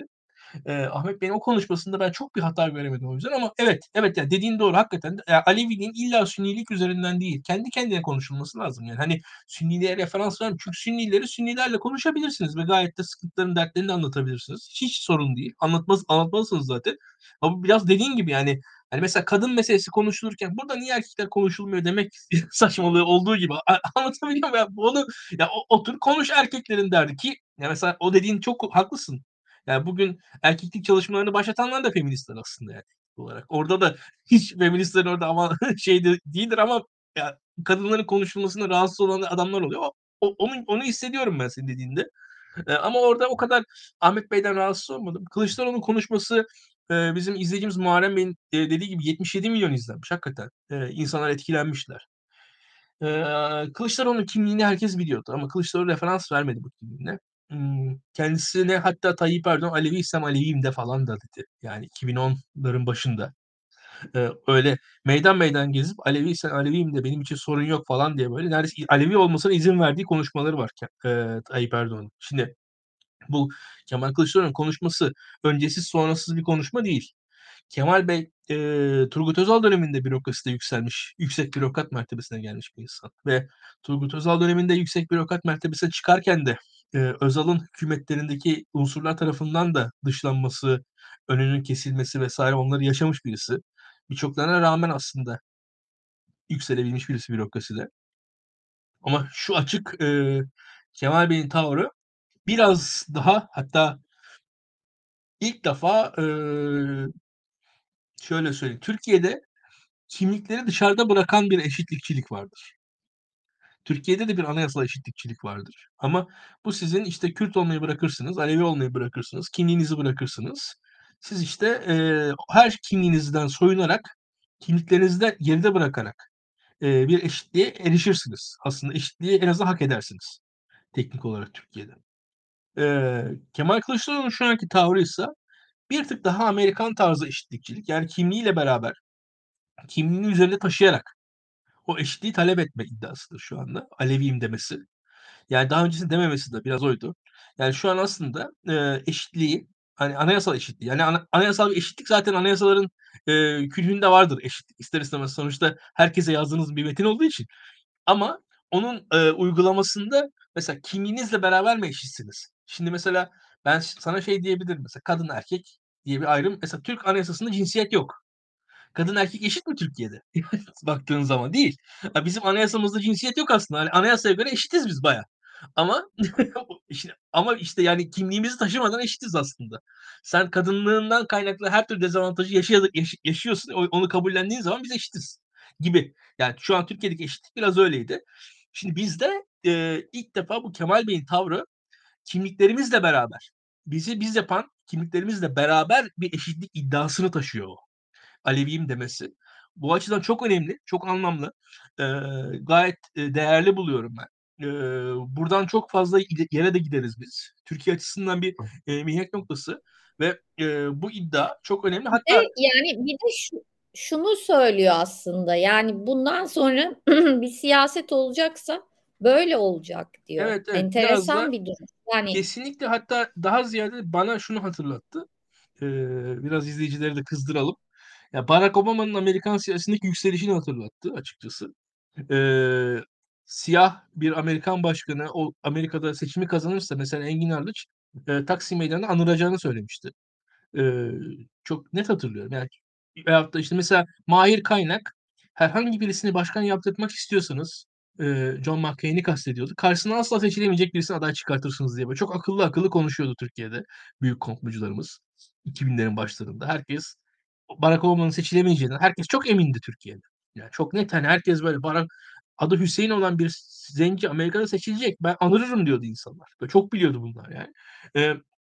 Speaker 2: Eee, Ahmet Bey'in o konuşmasında ben çok bir hata göremedim o yüzden ama evet, evet, yani dediğin doğru hakikaten de, eee, Aleviliğin illa Sünnilik üzerinden değil, kendi kendine konuşulması lazım yani. Hani Sünniliğe referans vermiyorum çünkü Sünnileri Sünnilerle konuşabilirsiniz ve gayet de sıkıntılarını, dertlerini de anlatabilirsiniz. Hiç sorun değil. Anlatmaz anlatmalısınız zaten. Ama bu biraz dediğin gibi yani, hani mesela kadın meselesi konuşulurken burada niye erkekler konuşulmuyor demek saçmalığı olduğu gibi a anlatabiliyor muyum? Ya onu ya o otur konuş erkeklerin derdi ki ya mesela o dediğin çok haklısın. Yani bugün erkeklik çalışmalarını başlatanlar da feministler aslında yani olarak. Orada da hiç feministlerin orada ama şey de değildir ama ya kadınların konuşulmasına rahatsız olan adamlar oluyor. O o onu onu hissediyorum ben senin dediğinde. Eee, ama orada o kadar Ahmet Bey'den rahatsız olmadım. Kılıçdaroğlu'nun konuşması, eee, bizim izleyicimiz Muharrem Bey'in, eee, dediği gibi yetmiş yedi milyon izlenmiş hakikaten. Eee, insanlar etkilenmişler. Eee, Kılıçdaroğlu'nun kimliğini herkes biliyordu ama Kılıçdaroğlu referans vermedi bu kimliğine. Imm, kendisine hatta Tayyip Erdoğan "Aleviysem Aleviyim de." falan da dedi. Yani iki bin onların başında. Eee, öyle meydan meydan gezip "Aleviysen Aleviyim de benim için sorun yok." falan diye böyle neredeyse Alevi olmasına izin verdiği konuşmaları var ke eee, Tayyip Erdoğan'ın. Şimdi bu Kemal Kılıçdaroğlu'nun konuşması öncesiz sonrasız bir konuşma değil. Kemal Bey, eee, Turgut Özal döneminde bürokraside yükselmiş, yüksek bürokrat mertebesine gelmiş bir insan ve Turgut Özal döneminde yüksek bürokrat mertebesine çıkarken de, eee, Özal'ın hükümetlerindeki unsurlar tarafından da dışlanması, önünün kesilmesi vesaire onları yaşamış birisi. Birçoklarına rağmen aslında yükselebilmiş birisi bürokraside. Ama şu açık, eee, Kemal Bey'in tavrı biraz daha hatta ilk defa, eee, şöyle söyleyeyim, Türkiye'de kimlikleri dışarıda bırakan bir eşitlikçilik vardır. Türkiye'de de bir anayasal eşitlikçilik vardır. Ama bu sizin, işte, Kürt olmayı bırakırsınız, Alevi olmayı bırakırsınız, kimliğinizi bırakırsınız. Siz, işte, eee, her kimliğinizden soyunarak, kimliklerinizi de geride bırakarak, eee, bir eşitliğe erişirsiniz. Aslında eşitliği en azından hak edersiniz teknik olarak Türkiye'de. Eee, Kemal Kılıçdaroğlu'nun şu anki tavrıysa bir tık daha Amerikan tarzı eşitlikçilik. Yani kimliğiyle beraber, kimliğini üzerinde taşıyarak o eşitliği talep etme iddiasıdır şu anda. Aleviyim demesi. Yani daha öncesinde dememesi de biraz oydu. Yani şu an aslında, eee, eşitliği, hani, anayasal eşitliği, yani ana anayasal bir eşitlik zaten anayasaların, eee, külhünde vardır eşitlik ister istemez. Sonuçta herkese yazdığınız bir metin olduğu için. Ama onun, eee, uygulamasında mesela kimliğinizle beraber mi eşitsiniz? Şimdi mesela ben ş sana şey diyebilirim mesela kadın erkek diye bir ayrım mesela Türk Anayasası'nda cinsiyet yok. Kadın erkek eşit mi Türkiye'de? Baktığın zaman değil. Ha, bizim anayasamızda cinsiyet yok aslında. Hani anayasaya göre eşitiz biz bayağı. Ama işte ama işte yani kimliğimizi taşımadan eşitiz aslında. Sen kadınlığından kaynaklı her türlü dezavantajı yaşaya yaşı yaşıyorsun. O onu kabullendiğin zaman biz eşitiz gibi. Yani şu an Türkiye'deki eşitlik biraz öyleydi. Şimdi bizde, eee, ilk defa bu Kemal Bey'in tavrı kimliklerimizle beraber, bizi biz yapan kimliklerimizle beraber bir eşitlik iddiasını taşıyor o. Aleviyim demesi. Bu açıdan çok önemli, çok anlamlı. Eee, gayet, eee, değerli buluyorum ben. Eee, buradan çok fazla ide yere de gideriz biz. Türkiye açısından bir, eee, mihenk noktası ve, eee, bu iddia çok önemli.
Speaker 1: Bir de
Speaker 2: Hatta
Speaker 1: yani bir de şu, şunu söylüyor aslında yani bundan sonra bir siyaset olacaksa böyle olacak diyor.
Speaker 2: evet, evet, biraz
Speaker 1: Enteresan
Speaker 2: da
Speaker 1: bir durum. Yani
Speaker 2: kesinlikle hatta daha ziyade bana şunu hatırlattı. Eee, biraz izleyicileri de kızdıralım. Ya, Barack Obama'nın Amerikan siyasetindeki yükselişini hatırlattı açıkçası. Eee, siyah bir Amerikan başkanı o Amerika'da seçimi kazanırsa mesela Engin Ardıç, eee, Taksim Meydanı'nda anılacağını söylemişti. Eee, çok net hatırlıyorum. Yani veyahut da, işte, mesela Mahir Kaynak herhangi birisini başkan yaptırtmak istiyorsanız, eee, John McCain'i kastediyordu. Karşısına asla seçilemeyecek birisini aday çıkartırsınız diye böyle çok akıllı akıllı konuşuyordu Türkiye'de büyük komplocularımız iki binlerin başlarında. Herkes Barack Obama'nın seçilemeyeceğinden herkes çok emindi Türkiye'de. Yani çok net, hani, herkes böyle Barack adı Hüseyin olan bir zenci Amerika'da seçilecek. Ben anırırım diyordu insanlar. Ve çok biliyordu bunlar yani. Eee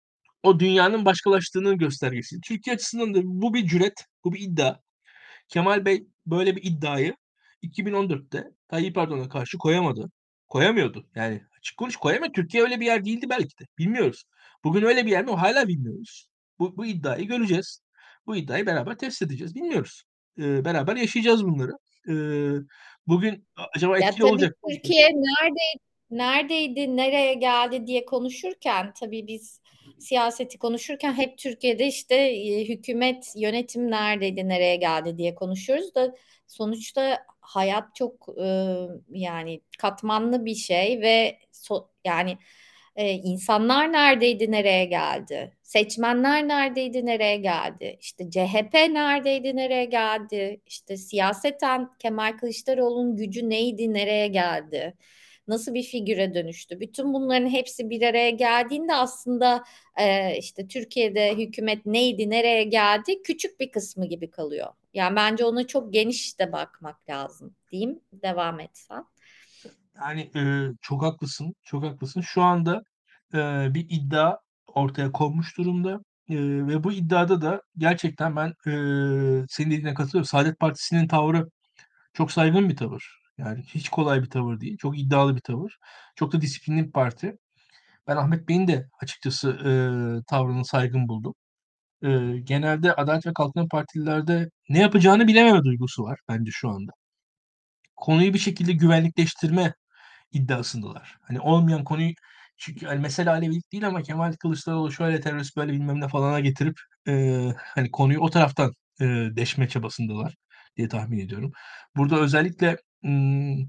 Speaker 2: o dünyanın başkalaştığının göstergesi. Türkiye açısından da bu bir cüret, bu bir iddia. Kemal Bey böyle bir iddiayı iki bin on dörtte Tayyip Erdoğan'a karşı koyamadı. Koyamıyordu. Yani açık konuş koyamıyor. Türkiye öyle bir yer değildi belki de. Bilmiyoruz. Bugün öyle bir yer mi? Hâlâ bilmiyoruz. Bu bu iddiayı göreceğiz. Bu iddiayı beraber test edeceğiz. Bilmiyoruz. Eee, beraber yaşayacağız bunları. Eee, bugün a acaba
Speaker 1: ya
Speaker 2: etkili
Speaker 1: tabii
Speaker 2: olacak mı?
Speaker 1: Türkiye nerede neredeydi, nereye geldi diye konuşurken tabii biz siyaseti konuşurken hep Türkiye'de işte e, hükümet yönetim neredeydi, nereye geldi diye konuşuyoruz da sonuçta hayat çok e, yani katmanlı bir şey ve so- yani e, insanlar neredeydi, nereye geldi? Seçmenler neredeydi, nereye geldi? İşte C H P neredeydi, nereye geldi? İşte siyaseten Kemal Kılıçdaroğlu'nun gücü neydi, nereye geldi? Nasıl bir figüre dönüştü? Bütün bunların hepsi bir araya geldiğinde aslında e, işte Türkiye'de hükümet neydi, nereye geldi? Küçük bir kısmı gibi kalıyor. Yani bence ona çok geniş de bakmak lazım diyeyim. Devam etsen.
Speaker 2: Yani e, çok haklısın, çok haklısın. Şu anda e, bir iddia ortaya konmuş durumda. E, ve bu iddiada da gerçekten ben e, senin dediğine katılıyorum. Saadet Partisi'nin tavrı çok saygın bir tavır. Yani hiç kolay bir tavır değil. Çok iddialı bir tavır. Çok da disiplinli bir parti. Ben Ahmet Bey'in de açıkçası e, tavrını saygın buldum. E, genelde Adalet ve Kalkınma Partililerde ne yapacağını bilememe duygusu var bence şu anda. Konuyu bir şekilde güvenlikleştirme iddiasındalar. Hani olmayan konuyu, çünkü hani mesele Alevilik değil ama Kemal Kılıçdaroğlu şöyle terörist böyle bilmem ne falana getirip eee, hani konuyu o taraftan eee, deşme çabasındalar diye tahmin ediyorum. Burada özellikle ım,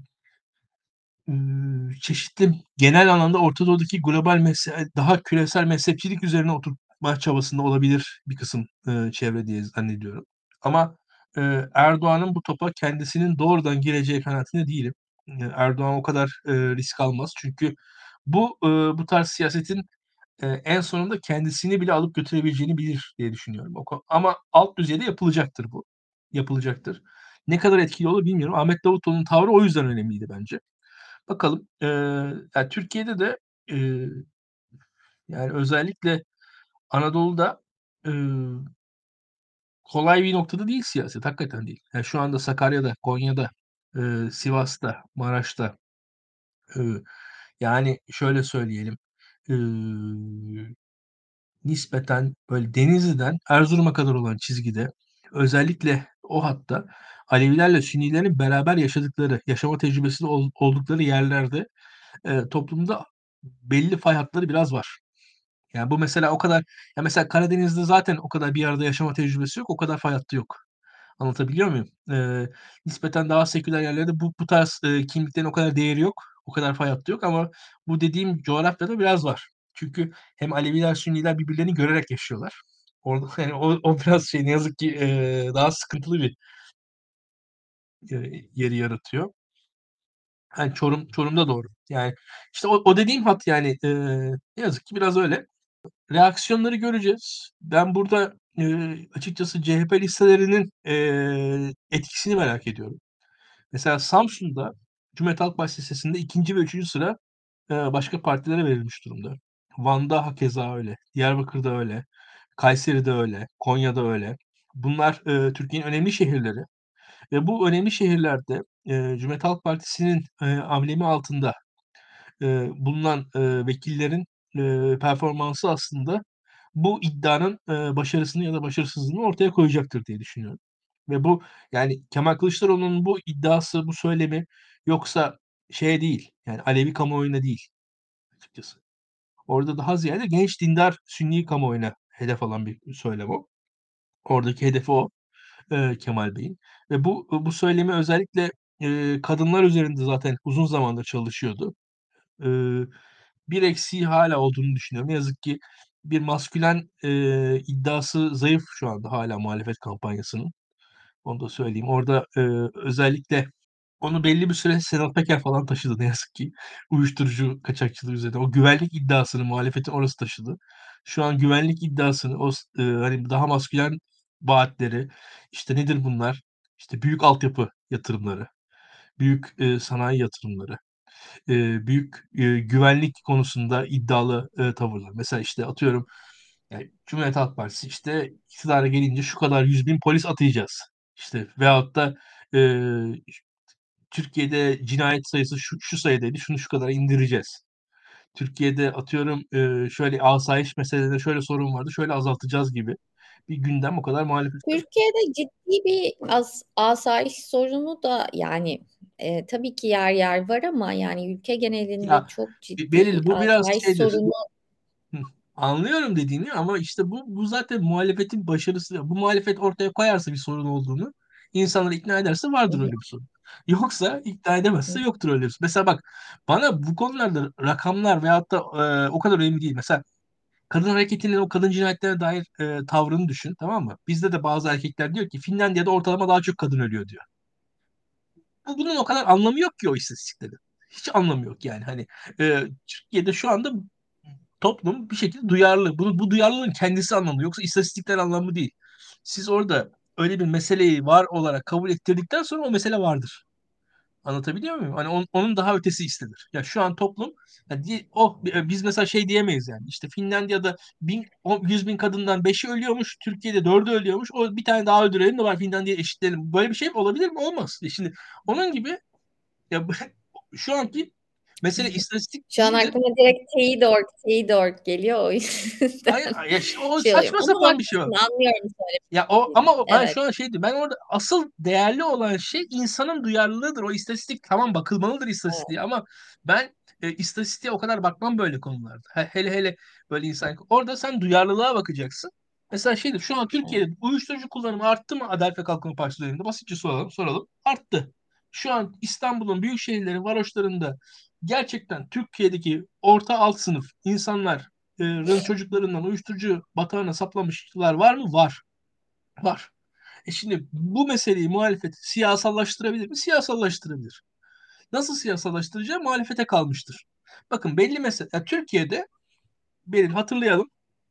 Speaker 2: ıı, çeşitli genel anlamda Orta Doğu'daki global mezhe daha küresel mezhepçilik üzerine oturtma çabasında olabilir bir kısım eee, çevre diye zannediyorum. Ama eee, Erdoğan'ın bu topa kendisinin doğrudan gireceği kanaatinde değilim. Eee, Erdoğan o kadar eee, risk almaz. Çünkü bu eee, bu tarz siyasetin eee, en sonunda kendisini bile alıp götürebileceğini bilir diye düşünüyorum. O ko- Ama alt düzeyde yapılacaktır bu. Yapılacaktır. Ne kadar etkili olur bilmiyorum. Ahmet Davutoğlu'nun tavrı o yüzden önemliydi bence. Bakalım. Eee, ya Türkiye'de de eee, yani özellikle Anadolu'da eee, kolay bir noktada değil siyaset. Hakikaten değil. Yani şu anda Sakarya'da, Konya'da, eee, Sivas'ta, Maraş'ta, eee, yani şöyle söyleyelim. eee, nispeten böyle Denizli'den Erzurum'a kadar olan çizgide özellikle o hatta Alevilerle Sünnilerin beraber yaşadıkları, yaşama tecrübesi ol- oldukları yerlerde eee, toplumda belli fay hatları biraz var. Yani bu mesela o kadar, ya mesela Karadeniz'de zaten o kadar bir arada yaşama tecrübesi yok. O kadar fay hattı yok. Anlatabiliyor muyum? Eee, nispeten daha seküler yerlerde bu bu tarz, eee, kimliklerin o kadar değeri yok. O kadar fay hattı yok ama bu dediğim coğrafyada biraz var. Çünkü hem Aleviler, Sünniler birbirlerini görerek yaşıyorlar. Orada yani o o biraz şey ne yazık ki, eee, daha sıkıntılı bir, eee, yeri yaratıyor. Hani Çorum Çorum'da doğru. Yani işte o o dediğim hat yani, eee, ne yazık ki biraz öyle. Reaksiyonları göreceğiz. Ben burada, eee, açıkçası C H P listelerinin, eee, etkisini merak ediyorum. Mesela Samsun'da Cumhuriyet Halk Partisi listesinde ikinci ve üçüncü sıra, eee, başka partilere verilmiş durumda. Van'da hakeza öyle. Diyarbakır'da öyle. Kayseri'de öyle. Konya'da öyle. Bunlar, eee, Türkiye'nin önemli şehirleri ve bu önemli şehirlerde, eee, Cumhuriyet Halk Partisi'nin, eee, amblemi altında eee, bulunan, eee, vekillerin, eee, performansı aslında bu iddianın, eee, başarısını ya da başarısızlığını ortaya koyacaktır diye düşünüyorum. Ve bu, yani Kemal Kılıçdaroğlu'nun bu iddiası, bu söylemi yoksa şeye değil, yani Alevi kamuoyuna değil açıkçası. Orada daha ziyade genç dindar Sünni kamuoyuna hedef alan bir söylem o. Oradaki hedefi o, eee, Kemal Bey'in ve bu bu söylemi özellikle, eee, kadınlar üzerinde zaten uzun zamandır çalışıyordu. Eee, bir eksiği hâlâ olduğunu düşünüyorum. Ne yazık ki bir maskülen, eee, iddiası zayıf şu anda hâlâ muhalefet kampanyasının. Onu da söyleyeyim. Orada, eee, özellikle onu belli bir süre Sedat Peker falan taşıdı ne yazık ki. Uyuşturucu kaçakçılığı üzerine. O güvenlik iddiasını muhalefetin orası taşıdı. Şu an güvenlik iddiasını o s eee, hani daha maskülen vaatleri, işte nedir bunlar? İşte büyük altyapı yatırımları, büyük, eee, sanayi yatırımları, eee, büyük, eee, güvenlik konusunda iddialı, eee, tavırlar. Mesela, işte, atıyorum, yani, Cumhuriyet Halk Partisi, işte, iktidara gelince şu kadar yüz bin polis atayacağız. İşte, veyahut da, eee, Türkiye'de cinayet sayısı şu şu sayıdaydı, şunu şu kadara indireceğiz. Türkiye'de atıyorum, eee, şöyle asayiş meselelerinde şöyle sorun vardı, şöyle azaltacağız gibi bir gündem o kadar muhalefetten.
Speaker 1: Türkiye'de ciddi bir as asayiş sorunu da yani e, tabii ki yer yer var ama yani ülke genelinde
Speaker 2: Ya,
Speaker 1: çok
Speaker 2: Be
Speaker 1: ciddi
Speaker 2: Beril bu biraz
Speaker 1: asayiş
Speaker 2: şeydir.
Speaker 1: sorunu
Speaker 2: Hıh. Anlıyorum dediğini ama işte bu bu zaten muhalefetin başarısı. Bu muhalefet ortaya koyarsa bir sorun olduğunu, insanları ikna ederse
Speaker 1: Hı
Speaker 2: vardır
Speaker 1: hı,
Speaker 2: öyle bir sorun. Yoksa ikna edemezse
Speaker 1: hı.
Speaker 2: yoktur öyle bir sorun. Mesela bak, bana bu konularda rakamlar veyahut da e, o kadar önemli değil. Mesela kadın hareketinin o kadın cinayetlerine dair e, tavrını düşün, tamam mı? Bizde de bazı erkekler diyor ki Finlandiya'da ortalama daha çok kadın ölüyor diyor. Bu- Bunun o kadar anlamı yok ki o istatistiklerin. Hiç anlamı yok yani. Hani e, Türkiye'de şu anda toplum bir şekilde duyarlı. Bunu, bu duyarlılığın kendisi anlamlı. Yoksa istatistikler anlamlı değil. Siz orada öyle bir meseleyi var olarak kabul ettirdikten sonra o mesele vardır. Anlatabiliyor muyum? Hani on- onun daha ötesi istenir. Ya şu an toplum ya di- oh biz mesela şey diyemeyiz yani. İşte Finlandiya'da bin, o yüz bin kadından beşi ölüyormuş. Türkiye'de dördü ölüyormuş. O bir tane daha öldürelim de var Finlandiya'ya eşitleyelim. Böyle bir şey olabilir mi? Olmaz. E şimdi onun gibi ya bu- şu anki mesele istatistik
Speaker 1: Şu an
Speaker 2: değildir.
Speaker 1: aklıma direkt Teyit.org, Teyit.org geliyor o
Speaker 2: Hayır,
Speaker 1: yüzden
Speaker 2: ya işte o
Speaker 1: şey oluyorum.
Speaker 2: saçma
Speaker 1: Ama
Speaker 2: sapan bir şey o.
Speaker 1: haklısın, anlıyorum söylemek
Speaker 2: Ya o
Speaker 1: istediğini.
Speaker 2: ama o- ben şu
Speaker 1: Evet.
Speaker 2: an şeydi. Ben orada asıl değerli olan şey insanın duyarlılığıdır. O istatistik tamam bakılmalıdır
Speaker 1: Evet.
Speaker 2: istatistiğe ama ben e, istatistiğe o kadar bakmam böyle konularda. He- hele hele böyle insan. Orada sen duyarlılığa bakacaksın. Mesela şeydir şu an
Speaker 1: Evet.
Speaker 2: Türkiye'de uyuşturucu kullanımı arttı mı Adalet ve Kalkınma Partisi döneminde? Basitçe soralım, soralım. Arttı. Şu an İstanbul'un büyük şehirlerin varoşlarında gerçekten Türkiye'deki orta alt sınıf insanların çocuklarından uyuşturucu batağına saplamışlar var mı? Var. Var. E şimdi bu meseleyi muhalefet siyasallaştırabilir mi? Siyasallaştırabilir. Nasıl siyasallaştıracağı muhalefete kalmıştır. Bakın belli mesele ya Türkiye'de benim hatırlayalım.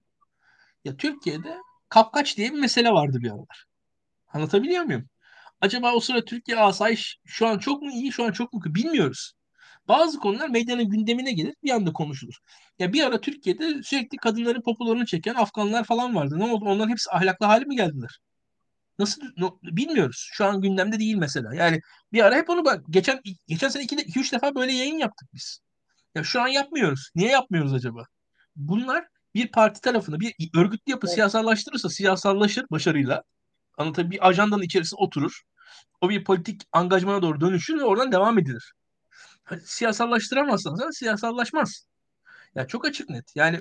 Speaker 2: Ya Türkiye'de kapkaç diye bir mesele vardı bir aralar. Anlatabiliyor muyum? Acaba o sıra Türkiye asayiş şu an çok mu iyi, şu an çok mu kötü bilmiyoruz. Bazı konular medyanın gündemine gelir, bir anda konuşulur. Ya bir ara Türkiye'de sürekli kadınların popolarını çeken Afganlar falan vardı. Ne oldu? Onların hepsi ahlaklı hale mi geldiler? Nasıl no- bilmiyoruz. Şu an gündemde değil mesela. Yani bir ara hep onu bak geçen geçen sene iki, iki üç defa böyle yayın yaptık biz. Ya şu an yapmıyoruz. Niye yapmıyoruz acaba? Bunlar bir parti tarafını, bir örgütlü yapı
Speaker 1: Evet.
Speaker 2: siyasallaştırırsa siyasallaşır başarıyla. Anlatabiliyor Bir ajandanın içerisine oturur. O bir politik angajmana doğru dönüşür ve oradan devam edilir. Hani siyasallaştıramazsan sen siyasallaşmaz. Ya çok açık net. Yani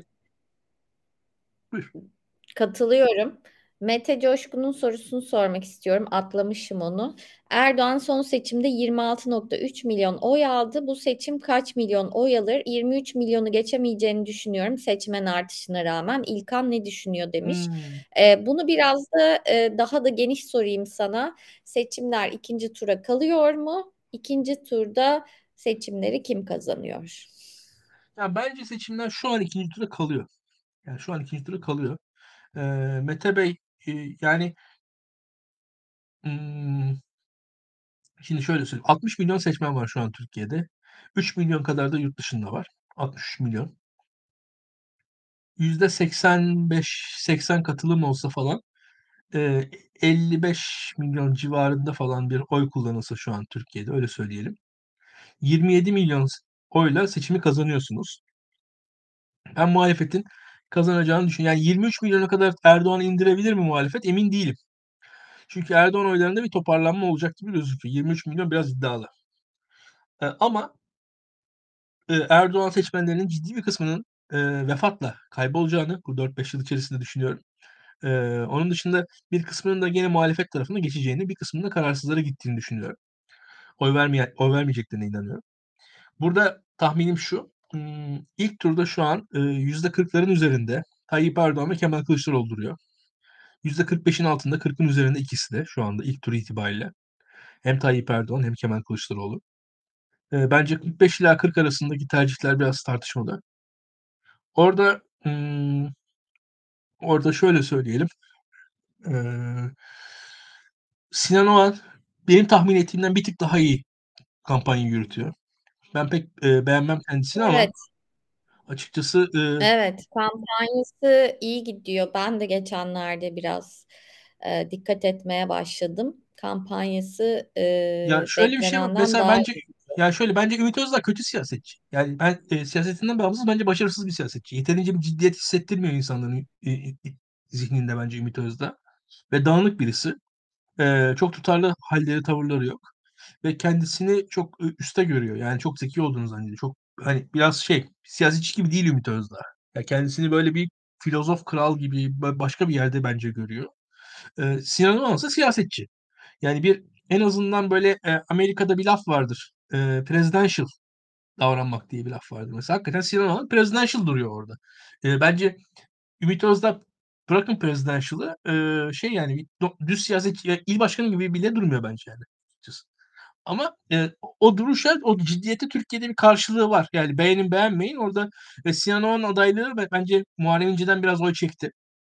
Speaker 2: buyur.
Speaker 1: Katılıyorum. Mete Coşkun'un sorusunu sormak istiyorum. Atlamışım onu. Erdoğan son seçimde yirmi altı nokta üç milyon oy aldı. Bu seçim kaç milyon oy alır? yirmi üç milyonu geçemeyeceğini düşünüyorum seçmen artışına rağmen. İlkan ne düşünüyor demiş.
Speaker 2: Hmm.
Speaker 1: Ee, bunu biraz da e, daha da geniş sorayım sana. Seçimler ikinci tura kalıyor mu? İkinci turda seçimleri kim kazanıyor?
Speaker 2: Ya bence seçimler şu an ikinci tura kalıyor. Yani şu an ikinci tura kalıyor. Ee, Mete Bey e, yani hmm, şimdi şöyle söyleyeyim. altmış milyon seçmen var şu an Türkiye'de. üç milyon kadar da yurt dışında var. altmış üç milyon. yüzde seksen beş seksen katılım olsa falan e, elli beş milyon civarında falan bir oy kullanılsa şu an Türkiye'de öyle söyleyelim. yirmi yedi milyon oyla seçimi kazanıyorsunuz. Ben muhalefetin kazanacağını düşünüyorum. Yani yirmi üç milyona kadar Erdoğan'ı indirebilir mi muhalefet? Emin değilim. Çünkü Erdoğan oylarında bir toparlanma olacak gibi gözüküyor. yirmi üç milyon biraz iddialı. E, ama e, Erdoğan seçmenlerinin ciddi bir kısmının e, vefatla kaybolacağını bu dört beş yıl içerisinde düşünüyorum. E, onun dışında bir kısmının da gene muhalefet tarafına geçeceğini, bir kısmının da kararsızlara gittiğini düşünüyorum. Oy vermeye, oy vermeyeceklerine inanıyorum. Burada tahminim şu. hmm, İlk turda şu an e, yüzde kırkların üzerinde Tayyip Erdoğan ve Kemal Kılıçdaroğlu duruyor. yüzde kırk beşin altında, kırkın üzerinde ikisi de şu anda ilk tur itibariyle. Hem Tayyip Erdoğan hem Kemal Kılıçdaroğlu. E, bence kırk beş ila kırk arasındaki tercihler biraz tartışmalı. Orada ımm, orada şöyle söyleyelim. Eee, Sinan Oğan benim tahmin ettiğimden bir tık daha iyi kampanya yürütüyor. Ben pek, eee, beğenmem kendisini ama
Speaker 1: Evet.
Speaker 2: açıkçası, eee,
Speaker 1: Evet, kampanyası iyi gidiyor. Ben de geçenlerde biraz e, dikkat etmeye başladım. Kampanyası
Speaker 2: ya
Speaker 1: e,
Speaker 2: şöyle bir şey var.
Speaker 1: beklenenden
Speaker 2: Mesela
Speaker 1: daha
Speaker 2: bence
Speaker 1: iyi.
Speaker 2: ya şöyle bence Ümit Özdağ kötü siyasetçi. Yani ben, eee, siyasetinden bağımsız bence başarısız bir siyasetçi. Yeterince bir ciddiyet hissettirmiyor insanların, eee, zihninde bence Ümit Özdağ ve dağınık birisi. Eee, çok tutarlı halleri, tavırları yok. Ve kendisini çok ü üste görüyor. Yani çok zeki olduğunu zannediyor. Çok hani biraz şey, siyasetçi gibi değil Ümit Özdağ. Ya kendisini böyle bir filozof kral gibi ba- başka bir yerde bence görüyor. Ee, Sinan Oğan ise siyasetçi. Yani bir en azından böyle e, Amerika'da bir laf vardır. E, presidential davranmak diye bir laf vardır. Mesela hakikaten Sinan Oğan presidential duruyor orada. E, bence Ümit Özdağ bırakın presidential'ı e, şey yani bir do- düz siyasetçi, ya, il başkanı gibi bile durmuyor bence yani. Açıkçası. Ama e, o duruşa, o ciddiyete Türkiye'de bir karşılığı var. Yani beğenin beğenmeyin orada ve Sinan Oğan adaylığı ve bence Muharrem İnce'den biraz oy çekti.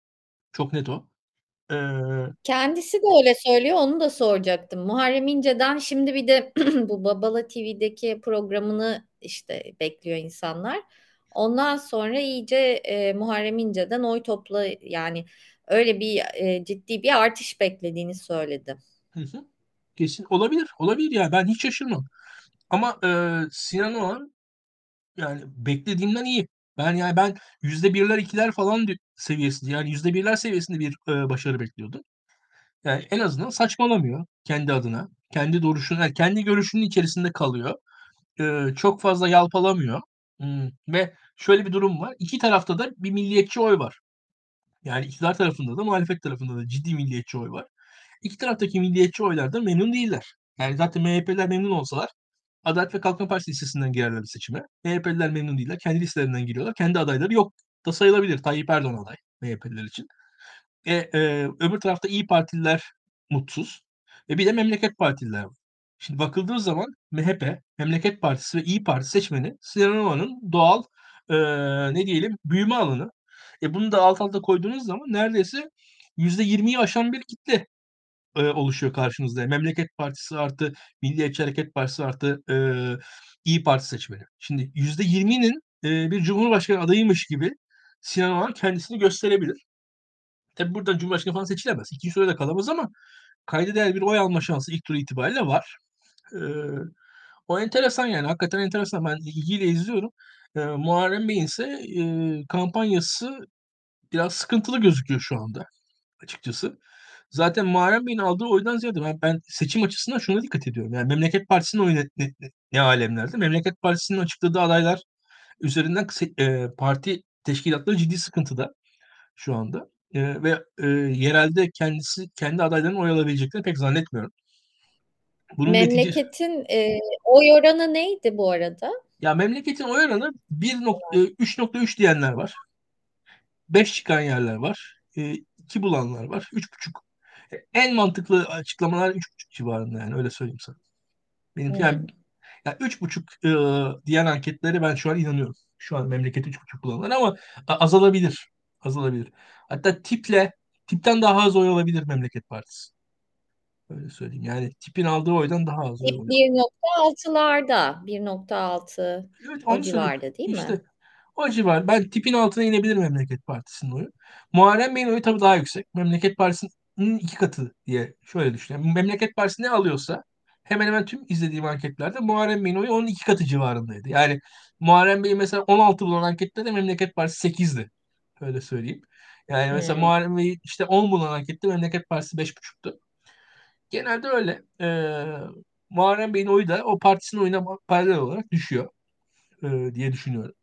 Speaker 2: Çok net o. E,
Speaker 1: Kendisi de öyle söylüyor. Onu da soracaktım. Muharrem İnce'den şimdi bir de bu Babala T V'deki programını işte bekliyor insanlar. Ondan sonra iyice e, Muharrem İnce'den oy topla yani öyle bir e, ciddi bir artış beklediğini söyledi.
Speaker 2: hı hı. Kesin olabilir. Olabilir ya. Ben hiç şaşırmam. Ama e, Sinan Oğan yani beklediğimden iyi. Ben yani ben yüzde birler ikiler falan di- seviyesinde yani yüzde birler seviyesinde bir e, başarı bekliyordum. Yani en azından saçmalamıyor kendi adına. Kendi duruşunu, yani kendi görüşünün içerisinde kalıyor. E, çok fazla yalpalamıyor. Hmm, Ve şöyle bir durum var. İki tarafta da bir milliyetçi oy var. Yani iktidar tarafında da muhalefet tarafında da ciddi milliyetçi oy var. İki taraftaki milliyetçi oylar da memnun değiller. Yani zaten M H P'liler memnun olsalar Adalet ve Kalkınma Partisi listesinden girerler seçime. M H P'liler memnun değiller. Kendi listelerinden giriyorlar. Kendi adayları yok da sayılabilir. Tayyip Erdoğan aday M H P'liler için. E, e, öbür tarafta İyi Partililer mutsuz. Ve bir de Memleket Partililer var. Şimdi bakıldığı zaman M H P, Memleket Partisi ve İyi Parti seçmeni Sinan Oğan'ın doğal e, ne diyelim büyüme alanı. E bunu da alt alta koyduğunuz zaman neredeyse yüzde yirmiyi aşan bir kitle e, oluşuyor karşınızda. Memleket Partisi artı Milliyetçi Hareket Partisi artı e, İyi Parti seçmeni. Şimdi yüzde yirminin e, bir Cumhurbaşkanı adayıymış gibi Sinan Oğan kendisini gösterebilir. Tabi buradan Cumhurbaşkanı falan seçilemez. İkinci sırada kalamaz ama kayda değer bir oy alma şansı ilk tur itibariyle var. E, O enteresan yani. Hakikaten enteresan. Ben ilgiyle izliyorum. E, Muharrem Bey'in ise e, kampanyası biraz sıkıntılı gözüküyor şu anda açıkçası. Zaten Muharrem Bey'in aldığı oydan ziyade ben, ben seçim açısından şuna dikkat ediyorum. Yani Memleket Partisi'nin oyu ne, ne, ne ne alemlerde. Memleket Partisi'nin açıkladığı adaylar üzerinden se- e, parti teşkilatları ciddi sıkıntıda şu anda. E, ve e, yerelde kendisi kendi adaylarını oy alabileceklerini pek zannetmiyorum. Bunun netice
Speaker 1: Memleketin e, oy oranı neydi bu arada?
Speaker 2: ya memleketin oy oranı bir nokta üç nokta üç diyenler var. Beş çıkan yerler var. E, iki bulanlar var. Üç buçuk. E, En mantıklı açıklamalar üç buçuk civarında yani öyle söyleyeyim sana. Benimki yani,
Speaker 1: Hmm.
Speaker 2: yani üç buçuk e, diyen anketlere ben şu an inanıyorum. Şu an memleket üç buçuk bulanlar ama a- azalabilir. Azalabilir. Hatta tiple tipten daha az oy alabilir Memleket Partisi. Öyle söyleyeyim. Yani tipin aldığı oydan daha az oy
Speaker 1: Tip
Speaker 2: alıyor.
Speaker 1: bir nokta altılarda, bir nokta altı
Speaker 2: Evet
Speaker 1: o
Speaker 2: onu söylüyorum.
Speaker 1: civarda değil mi?
Speaker 2: İşte o civar. Ben tipin altına inebilir Memleket Partisi'nin oyu. Muharrem Bey'in oyu tabii daha yüksek. Memleket Partisi'nin iki katı diye şöyle düşünüyorum. Memleket Partisi ne alıyorsa hemen hemen tüm izlediğim anketlerde Muharrem Bey'in oyu onun iki katı civarındaydı. Yani Muharrem Bey mesela on altı bulan ankette de Memleket Partisi sekizdi. Öyle söyleyeyim. Yani mesela
Speaker 1: Hmm.
Speaker 2: Muharrem Bey işte on bulan ankette Memleket Partisi beş buçuktu. Genelde öyle. Ee, Muharrem Bey'in oyu da o partisinin oyuna paralel olarak düşüyor e, diye düşünüyorum.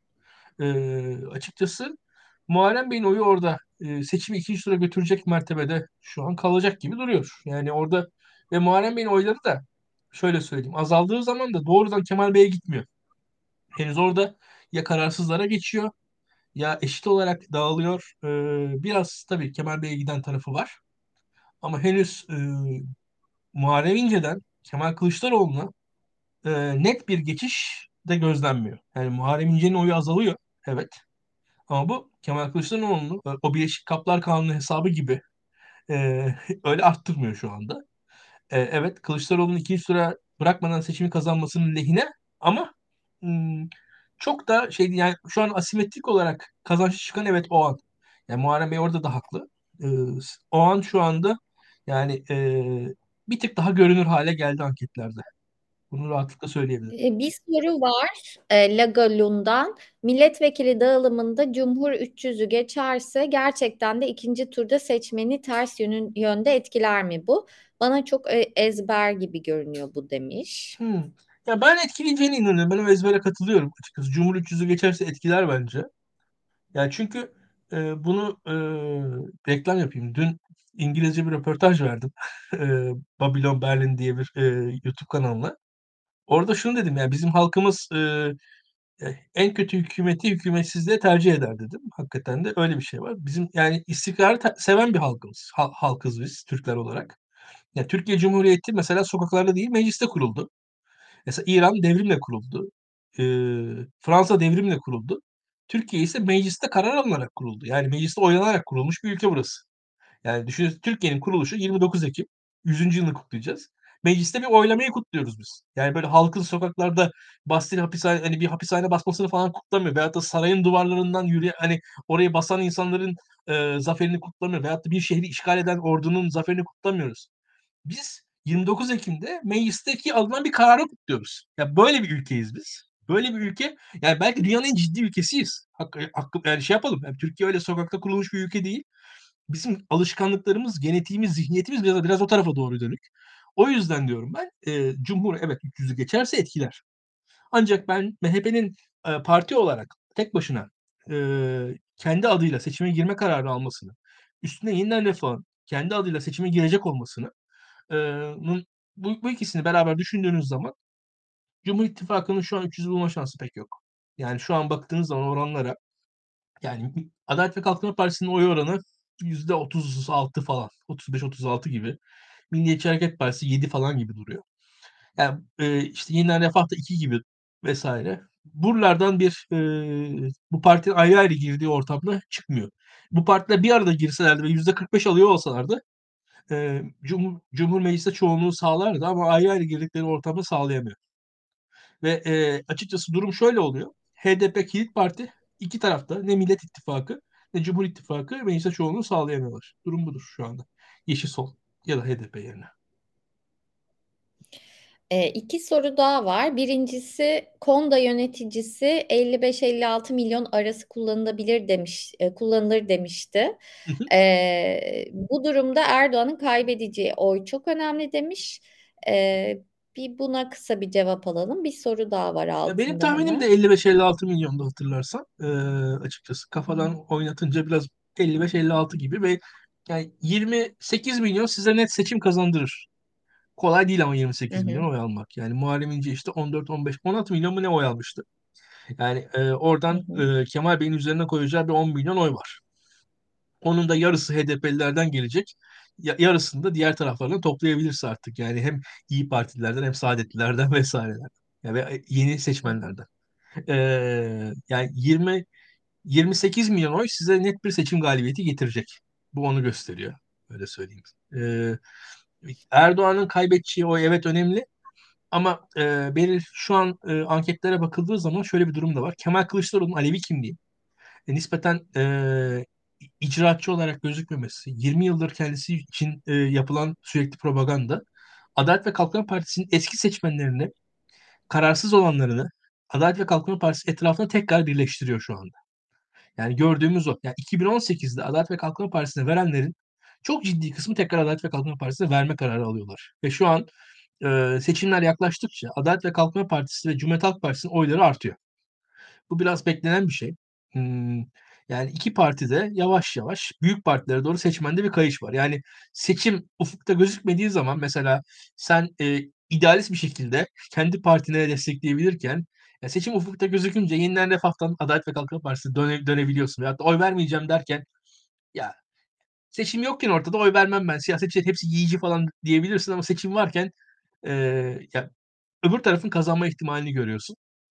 Speaker 2: E, açıkçası Muharrem Bey'in oyu orada e, seçimi ikinci tura götürecek mertebede şu an kalacak gibi duruyor. Yani orada ve Muharrem Bey'in oyları da şöyle söyleyeyim azaldığı zaman da doğrudan Kemal Bey'e gitmiyor. Henüz orada ya kararsızlara geçiyor ya eşit olarak dağılıyor. E, biraz tabii Kemal Bey'e giden tarafı var. Ama henüz e, Muharrem İnce'den Kemal Kılıçdaroğlu'na e, net bir geçiş de gözlenmiyor. Yani Muharrem İnce'nin oyu azalıyor. Evet. Ama bu Kemal Kılıçdaroğlu'nu e, o Birleşik Kaplar Kanunu hesabı gibi e, öyle arttırmıyor şu anda. E, evet Kılıçdaroğlu'nun ikinci sıra bırakmadan seçimi kazanmasının lehine ama hmm, çok da şey değil, yani şu an asimetrik olarak kazançlı çıkan evet o an. Yani Muharrem Bey orada da haklı. E, O an şu anda yani e, bir tık daha görünür hale geldi anketlerde. Bunu rahatlıkla söyleyebilirim.
Speaker 1: E, Bir soru var e, Lagalun'dan. Milletvekili dağılımında Cumhur üç yüzü geçerse gerçekten de ikinci turda seçmeni ters yönün, yönde etkiler mi bu? Bana çok e, ezber gibi görünüyor bu demiş.
Speaker 2: Hmm. Ya ben etkileyeceğine inanıyorum. Ben o ezbere katılıyorum açıkçası. Cumhur üç yüzü geçerse etkiler bence. Ya çünkü eee, bunu eee, reklam yapayım. Dün İngilizce bir röportaj verdim. Eee, Babylon Berlin diye bir eee, YouTube kanalına. Orada şunu dedim yani bizim halkımız eee, e, en kötü hükümeti hükümetsizliğe tercih eder dedim. Hakikaten de öyle bir şey var. Bizim yani istikrarı te- seven bir halkımız. Hal- halkız biz Türkler olarak. Ya Türkiye Cumhuriyeti mesela sokaklarda değil mecliste kuruldu. Mesela İran devrimle kuruldu. Eee, Fransa devrimle kuruldu. Türkiye ise mecliste karar alınarak kuruldu. Yani mecliste oylanarak kurulmuş bir ülke burası. Yani düşünün Türkiye'nin kuruluşu yirmi dokuz Ekim. yüzüncü yılını kutlayacağız. Mecliste bir oylamayı kutluyoruz biz. Yani böyle halkın sokaklarda Bastil hapishane hani bir hapishane basmasını falan kutlamıyor. Veyahut da sarayın duvarlarından yürüyen hani oraya basan insanların eee, zaferini kutlamıyor. Veyahut da bir şehri işgal eden ordunun zaferini kutlamıyoruz. Biz yirmi dokuz Ekim'de meclisteki alınan bir kararı kutluyoruz. Ya böyle bir ülkeyiz biz. Böyle bir ülke yani belki dünyanın en ciddi ülkesiyiz. Hakkı, hakkı, yani şey yapalım. Yani Türkiye öyle sokakta kurulmuş bir ülke değil. Bizim alışkanlıklarımız, genetiğimiz, zihniyetimiz biraz, biraz o tarafa doğru dönük. O yüzden diyorum ben e, Cumhur evet üç yüzü geçerse etkiler. Ancak ben M H P'nin e, parti olarak tek başına e, kendi adıyla seçime girme kararı almasını, üstüne yeniden Refah'ın kendi adıyla seçime girecek olmasını Eee, nın bu bu ikisini beraber düşündüğünüz zaman Cumhur İttifakı'nın şu an üç yüzü bulma şansı pek yok. Yani şu an baktığınız zaman oranlara yani Adalet ve Kalkınma Partisi'nin oy oranı yüzde otuz altı falan. otuz beş otuz altı gibi. Milliyetçi Hareket Partisi yedi falan gibi duruyor. Yani, eee, işte Yeniden Refah da iki gibi vesaire. Buralardan bir, eee, bu partilerin ayrı ayrı girdiği ortamda çıkmıyor. Bu partiler bir arada girselerdi ve yüzde kırk beş alıyor olsalardı Eee, Cumhur Cumhur Meclis'te çoğunluğu sağlardı ama ayrı ayrı girdikleri ortamda sağlayamıyor. Ve eee, açıkçası durum şöyle oluyor. H D P kilit parti iki tarafta ne Millet İttifakı ne Cumhur İttifakı mecliste çoğunluğu sağlayamıyorlar. Durum budur şu anda. Yeşil Sol ya da H D P yerine.
Speaker 1: E, iki soru daha var. Birincisi Konda yöneticisi elli beş elli altı milyon arası kullanılabilir demiş, e, kullanılır demişti.
Speaker 2: Hı hı.
Speaker 1: E, bu durumda Erdoğan'ın kaybedeceği oy çok önemli demiş. E, bir buna kısa bir cevap alalım. Bir soru daha var
Speaker 2: Ya benim
Speaker 1: altında
Speaker 2: tahminim de
Speaker 1: hemen.
Speaker 2: elli beş elli altı milyonda hatırlarsan. Eee, açıkçası kafadan oynatınca biraz elli beş elli altı gibi ve yani yirmi sekiz milyon size net seçim kazandırır. Kolay değil ama
Speaker 1: Hı
Speaker 2: yirmi sekiz milyon
Speaker 1: hı,
Speaker 2: oy almak. Yani Muharrem İnce işte on dört on beş on altı milyon mu ne oy almıştı. Yani e,
Speaker 1: hı
Speaker 2: oradan
Speaker 1: hı,
Speaker 2: e, Kemal Bey'in üzerine koyacağı bir on milyon oy var. Onun da yarısı H D P'lilerden gelecek. Ya- yarısını da diğer taraflardan toplayabilirse artık. Yani hem İyi Partililerden hem Saadetlilerden vesaireler. Ya ve yeni
Speaker 1: hı hı.
Speaker 2: seçmenlerden. E, yani yirmi yirmi sekiz milyon oy size net bir seçim galibiyeti getirecek. Bu onu gösteriyor. Öyle söyleyeyim. E, Erdoğan'ın kaybedeceği oy evet önemli. Ama e, benim şu an e, anketlere bakıldığı zaman şöyle bir durum da var. Kemal Kılıçdaroğlu'nun Alevi kimliği e, nispeten e, icraatçı olarak gözükmemesi, yirmi yıldır kendisi için e, yapılan sürekli propaganda, Adalet ve Kalkınma Partisi'nin eski seçmenlerini, kararsız olanlarını Adalet ve Kalkınma Partisi etrafına tekrar birleştiriyor şu anda. Yani gördüğümüz o. Yani iki bin on sekizde Adalet ve Kalkınma Partisi'ne verenlerin çok ciddi kısmı tekrar Adalet ve Kalkınma Partisi'ne verme kararı alıyorlar. Ve şu an e, seçimler yaklaştıkça Adalet ve Kalkınma Partisi ve Cumhuriyet Halk Partisi'nin oyları artıyor. Bu biraz beklenen bir şey. Hmm, yani iki parti de yavaş yavaş büyük partilere doğru seçmende bir kayış var. Yani seçim ufukta gözükmediği zaman mesela sen e, idealist bir şekilde kendi partine destekleyebilirken ya seçim ufukta gözükünce yeniden Refah'tan Adalet ve Kalkınma Partisi'ne döne, dönebiliyorsun. Veyahut da oy vermeyeceğim derken ya seçim yokken ortada oy vermem ben. Siyasetçilerin hepsi yiyici falan diyebilirsin ama seçim varken e, ya öbür tarafın kazanma ihtimalini görüyorsun.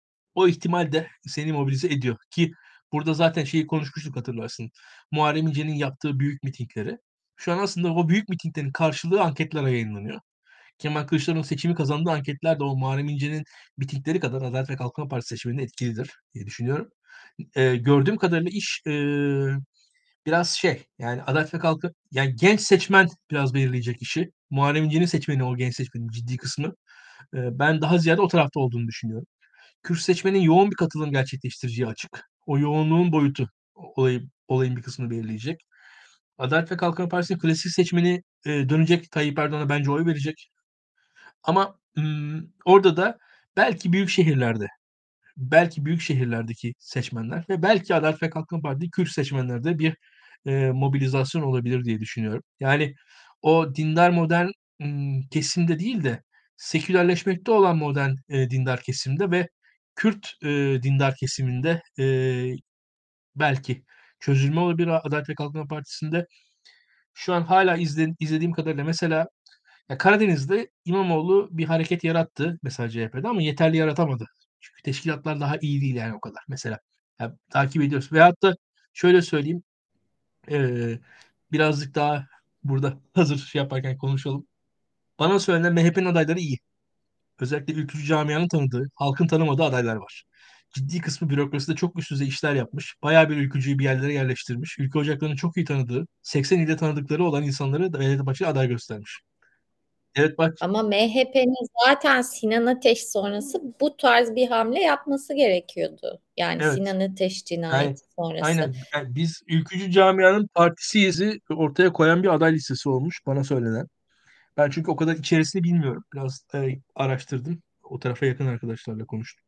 Speaker 2: O ihtimal de seni mobilize ediyor ki burada zaten şeyi konuşmuştuk hatırlarsın. Muharrem İnce'nin yaptığı büyük mitingleri. Şu an aslında o büyük mitinglerin karşılığı anketlere yayınlanıyor. Kemal Kılıçdaroğlu'nun seçimi kazandığı anketler de o Muharrem İnce'nin mitingleri kadar Adalet ve Kalkınma Partisi seçiminde etkilidir diye düşünüyorum. Eee, gördüğüm kadarıyla iş eee, biraz şey yani Adalet ve Kalkınma yani genç seçmen biraz belirleyecek işi. Muharrem İnce'nin seçmeni o genç seçmenin ciddi kısmı. Eee, ben daha ziyade o tarafta olduğunu düşünüyorum. Kürt seçmenin yoğun bir katılım gerçekleştireceği açık. O yoğunluğun boyutu olayı, olayın bir kısmını belirleyecek. Adalet ve Kalkınma Partisi'nin klasik seçmeni e, dönecek Tayyip Erdoğan'a bence oy verecek. Ama ım, orada da belki büyük şehirlerde belki büyük şehirlerdeki seçmenler ve belki Adalet ve Kalkınma Partisi Kürt seçmenlerde bir, eee, mobilizasyon olabilir diye düşünüyorum. Yani o dindar modern, ımm, kesimde değil de sekülerleşmekte olan modern, eee, dindar kesimde ve Kürt, eee, dindar kesiminde, eee, belki çözülme olabilir Adalet ve Kalkınma Partisi'nde. Şu an hâlâ izle izlediğim kadarıyla mesela ya, Karadeniz'de İmamoğlu bir hareket yarattı mesela C H P'de ama yeterli yaratamadı. Çünkü teşkilatlar daha iyi değil yani o kadar mesela. Ya, takip ediyoruz veyahut da şöyle söyleyeyim, eee, birazcık daha burada hazır şey yaparken konuşalım. Bana söylenen M H P'nin adayları iyi. Özellikle ülkücü camianın tanıdığı, halkın tanımadığı adaylar var. Ciddi kısmı bürokraside çok üst düzey işler yapmış. Bayağı bir ülkücüyü bir yerlere yerleştirmiş. Ülke ocaklarını çok iyi tanıdığı, seksen ilde tanıdıkları olan insanları belediye başkanı aday göstermiş. Evet bak.
Speaker 1: Ama M H P'nin zaten Sinan Ateş sonrası bu tarz bir hamle yapması gerekiyordu. Yani
Speaker 2: Evet.
Speaker 1: Sinan Ateş
Speaker 2: Yani
Speaker 1: cinayeti sonrası.
Speaker 2: aynen. Yani biz ülkücü camianın partisiyiz'i ortaya koyan bir aday listesi olmuş bana söylenen. Ben çünkü o kadar içerisini bilmiyorum. Biraz, eee, araştırdım. O tarafa yakın arkadaşlarla konuştum.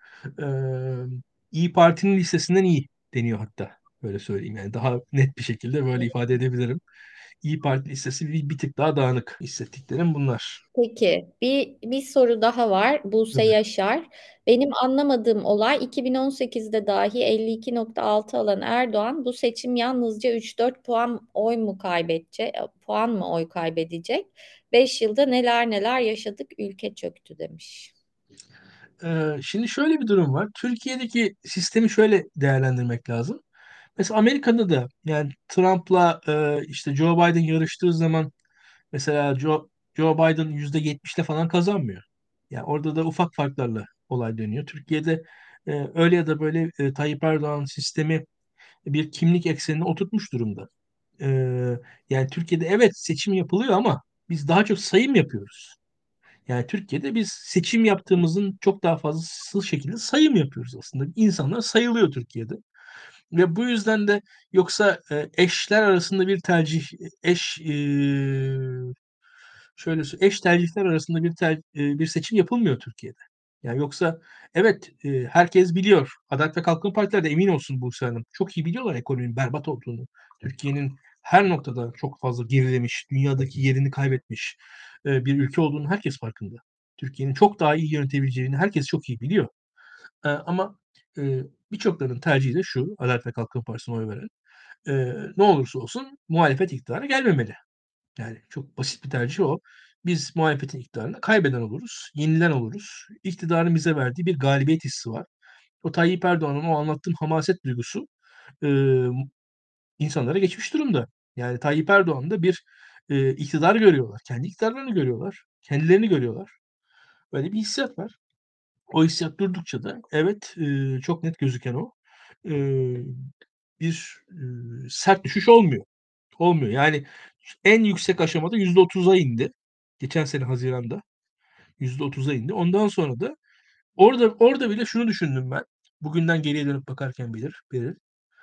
Speaker 2: Emm, İYİ Parti'nin listesinden iyi deniyor hatta. Öyle söyleyeyim yani. Daha net bir şekilde böyle ifade edebilirim. İYİ Parti listesi bir bir tık daha dağınık. Hissettiklerim bunlar.
Speaker 1: Peki bir bir soru daha var. Buse
Speaker 2: Tabii.
Speaker 1: Yaşar. Benim anlamadığım olay iki bin on sekizde dahi elli iki nokta altı alan Erdoğan bu seçim yalnızca üç dört puan oy mu kaybedecek, puan mı oy kaybedecek? Beş yılda neler neler yaşadık, ülke çöktü demiş.
Speaker 2: Eee, şimdi şöyle bir durum var. Türkiye'deki sistemi şöyle değerlendirmek lazım. Mesela Amerika'da da yani Trump'la, eee, işte Joe Biden yarıştığı zaman mesela Joe Joe Biden yüzde yetmişle falan kazanmıyor. Yani orada da ufak farklarla olay dönüyor. Türkiye'de, eee, öyle ya da böyle, eee, Tayyip Erdoğan sistemi bir kimlik eksenine oturtmuş durumda. Eee, Yani Türkiye'de evet seçim yapılıyor ama biz daha çok sayım yapıyoruz. Yani Türkiye'de biz seçim yaptığımızın çok daha fazlası şekilde sayım yapıyoruz aslında. İnsanlar sayılıyor Türkiye'de. Ve bu yüzden de yoksa, eee, eşler arasında bir tercih, eş, eee, şöyle sö eş tercihler arasında bir ter eee, bir seçim yapılmıyor Türkiye'de. Yani yoksa evet, eee, herkes biliyor. Adalet ve Kalkınma Partiler de emin olsun Buse Hanım, çok iyi biliyorlar ekonominin berbat olduğunu. Türkiye'nin her noktada çok fazla gerilemiş, dünyadaki yerini kaybetmiş, eee, bir ülke olduğunun herkes farkında. Türkiye'nin çok daha iyi yönetebileceğini herkes çok iyi biliyor. Eee, ama, eee, birçoklarının tercihi de şu, Adalet ve Kalkınma Partisi'ne oy veren, eee, ne olursa olsun muhalefet iktidara gelmemeli. Yani çok basit bir tercih o. Biz muhalefetin iktidarında kaybeden oluruz, yenilen oluruz. İktidarın bize verdiği bir galibiyet hissi var. O Tayyip Erdoğan'ın o anlattığım hamaset duygusu, emm, insanlara geçmiş durumda. Yani Tayyip Erdoğan'da bir, eee, iktidar görüyorlar. Kendi iktidarlarını görüyorlar. Kendilerini görüyorlar. Böyle bir hissiyat var. O hissiyat durdukça da evet, eee, çok net gözüken o, eee, bir, eee, sert düşüş olmuyor. Olmuyor. Yani en yüksek aşamada yüzde otuza indi. Geçen sene haziranda yüzde otuza indi. Ondan sonra da orada orada bile şunu düşündüm ben. Bugünden geriye dönüp bakarken bilir bilir.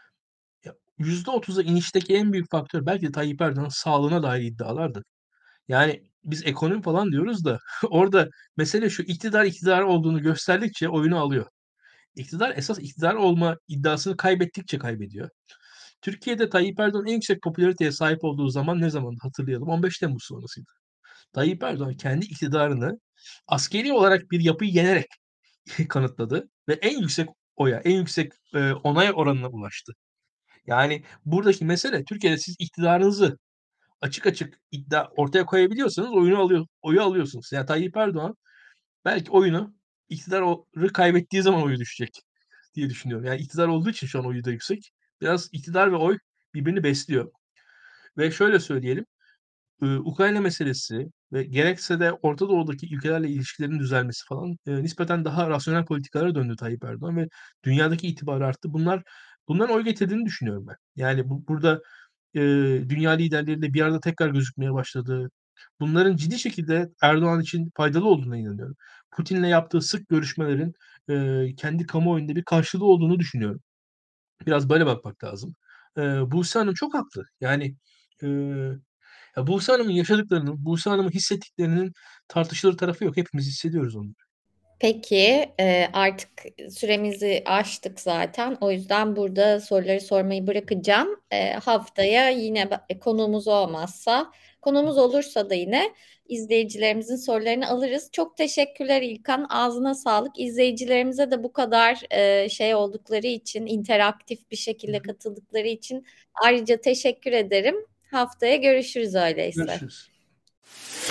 Speaker 2: Ya yüzde otuza inişteki en büyük faktör belki de Tayyip Erdoğan'ın sağlığına dair iddialardı. Yani biz ekonomi falan diyoruz da orada mesele şu, iktidar iktidar olduğunu gösterdikçe oyunu alıyor. İktidar esas iktidar olma iddiasını kaybettikçe kaybediyor. Türkiye'de Tayyip Erdoğan en yüksek popülariteye sahip olduğu zaman ne zamandı hatırlayalım, on beş Temmuz sonrasıydı. Tayyip Erdoğan kendi iktidarını askeri olarak bir yapıyı yenerek kanıtladı ve en yüksek oya, en yüksek, eee, onay oranına ulaştı. Yani buradaki mesele Türkiye'de siz iktidarınızı açık açık iddia ortaya koyabiliyorsanız oyunu alıyor oyu alıyorsunuz. Yani Tayyip Erdoğan belki oyunu iktidarı kaybettiği zaman oyu düşecek diye düşünüyorum. Yani iktidar olduğu için şu an oyu da yüksek. Biraz iktidar ve oy birbirini besliyor ve şöyle söyleyelim, Iıı, Ukrayna meselesi ve gerekse de Orta Doğu'daki ülkelerle ilişkilerin düzelmesi falan, eee, nispeten daha rasyonel politikalara döndü Tayyip Erdoğan ve dünyadaki itibarı arttı. Bunlar bunların oy getirdiğini düşünüyorum ben. Yani bu burada, eee, dünya liderleriyle bir arada tekrar gözükmeye başladı. Bunların ciddi şekilde Erdoğan için faydalı olduğuna inanıyorum. Putin'le yaptığı sık görüşmelerin, eee, kendi kamuoyunda bir karşılığı olduğunu düşünüyorum. Biraz böyle bakmak lazım. Eee, Buse Hanım çok haklı. Yani, eee ya, Buse Hanım'ın yaşadıklarının, Buse Hanım'ın hissettiklerinin tartışılır tarafı yok. Hepimiz hissediyoruz onu.
Speaker 1: Peki, e, artık süremizi aştık zaten. O yüzden burada soruları sormayı bırakacağım. E, haftaya yine ba- konuğumuz olmazsa, konuğumuz olursa da yine izleyicilerimizin sorularını alırız. Çok teşekkürler İlkan. Ağzına sağlık. İzleyicilerimize de bu kadar e, şey oldukları için, interaktif bir
Speaker 2: Hı
Speaker 1: şekilde
Speaker 2: hı.
Speaker 1: katıldıkları için ayrıca teşekkür ederim. Haftaya görüşürüz öyleyse.
Speaker 2: Görüşürüz.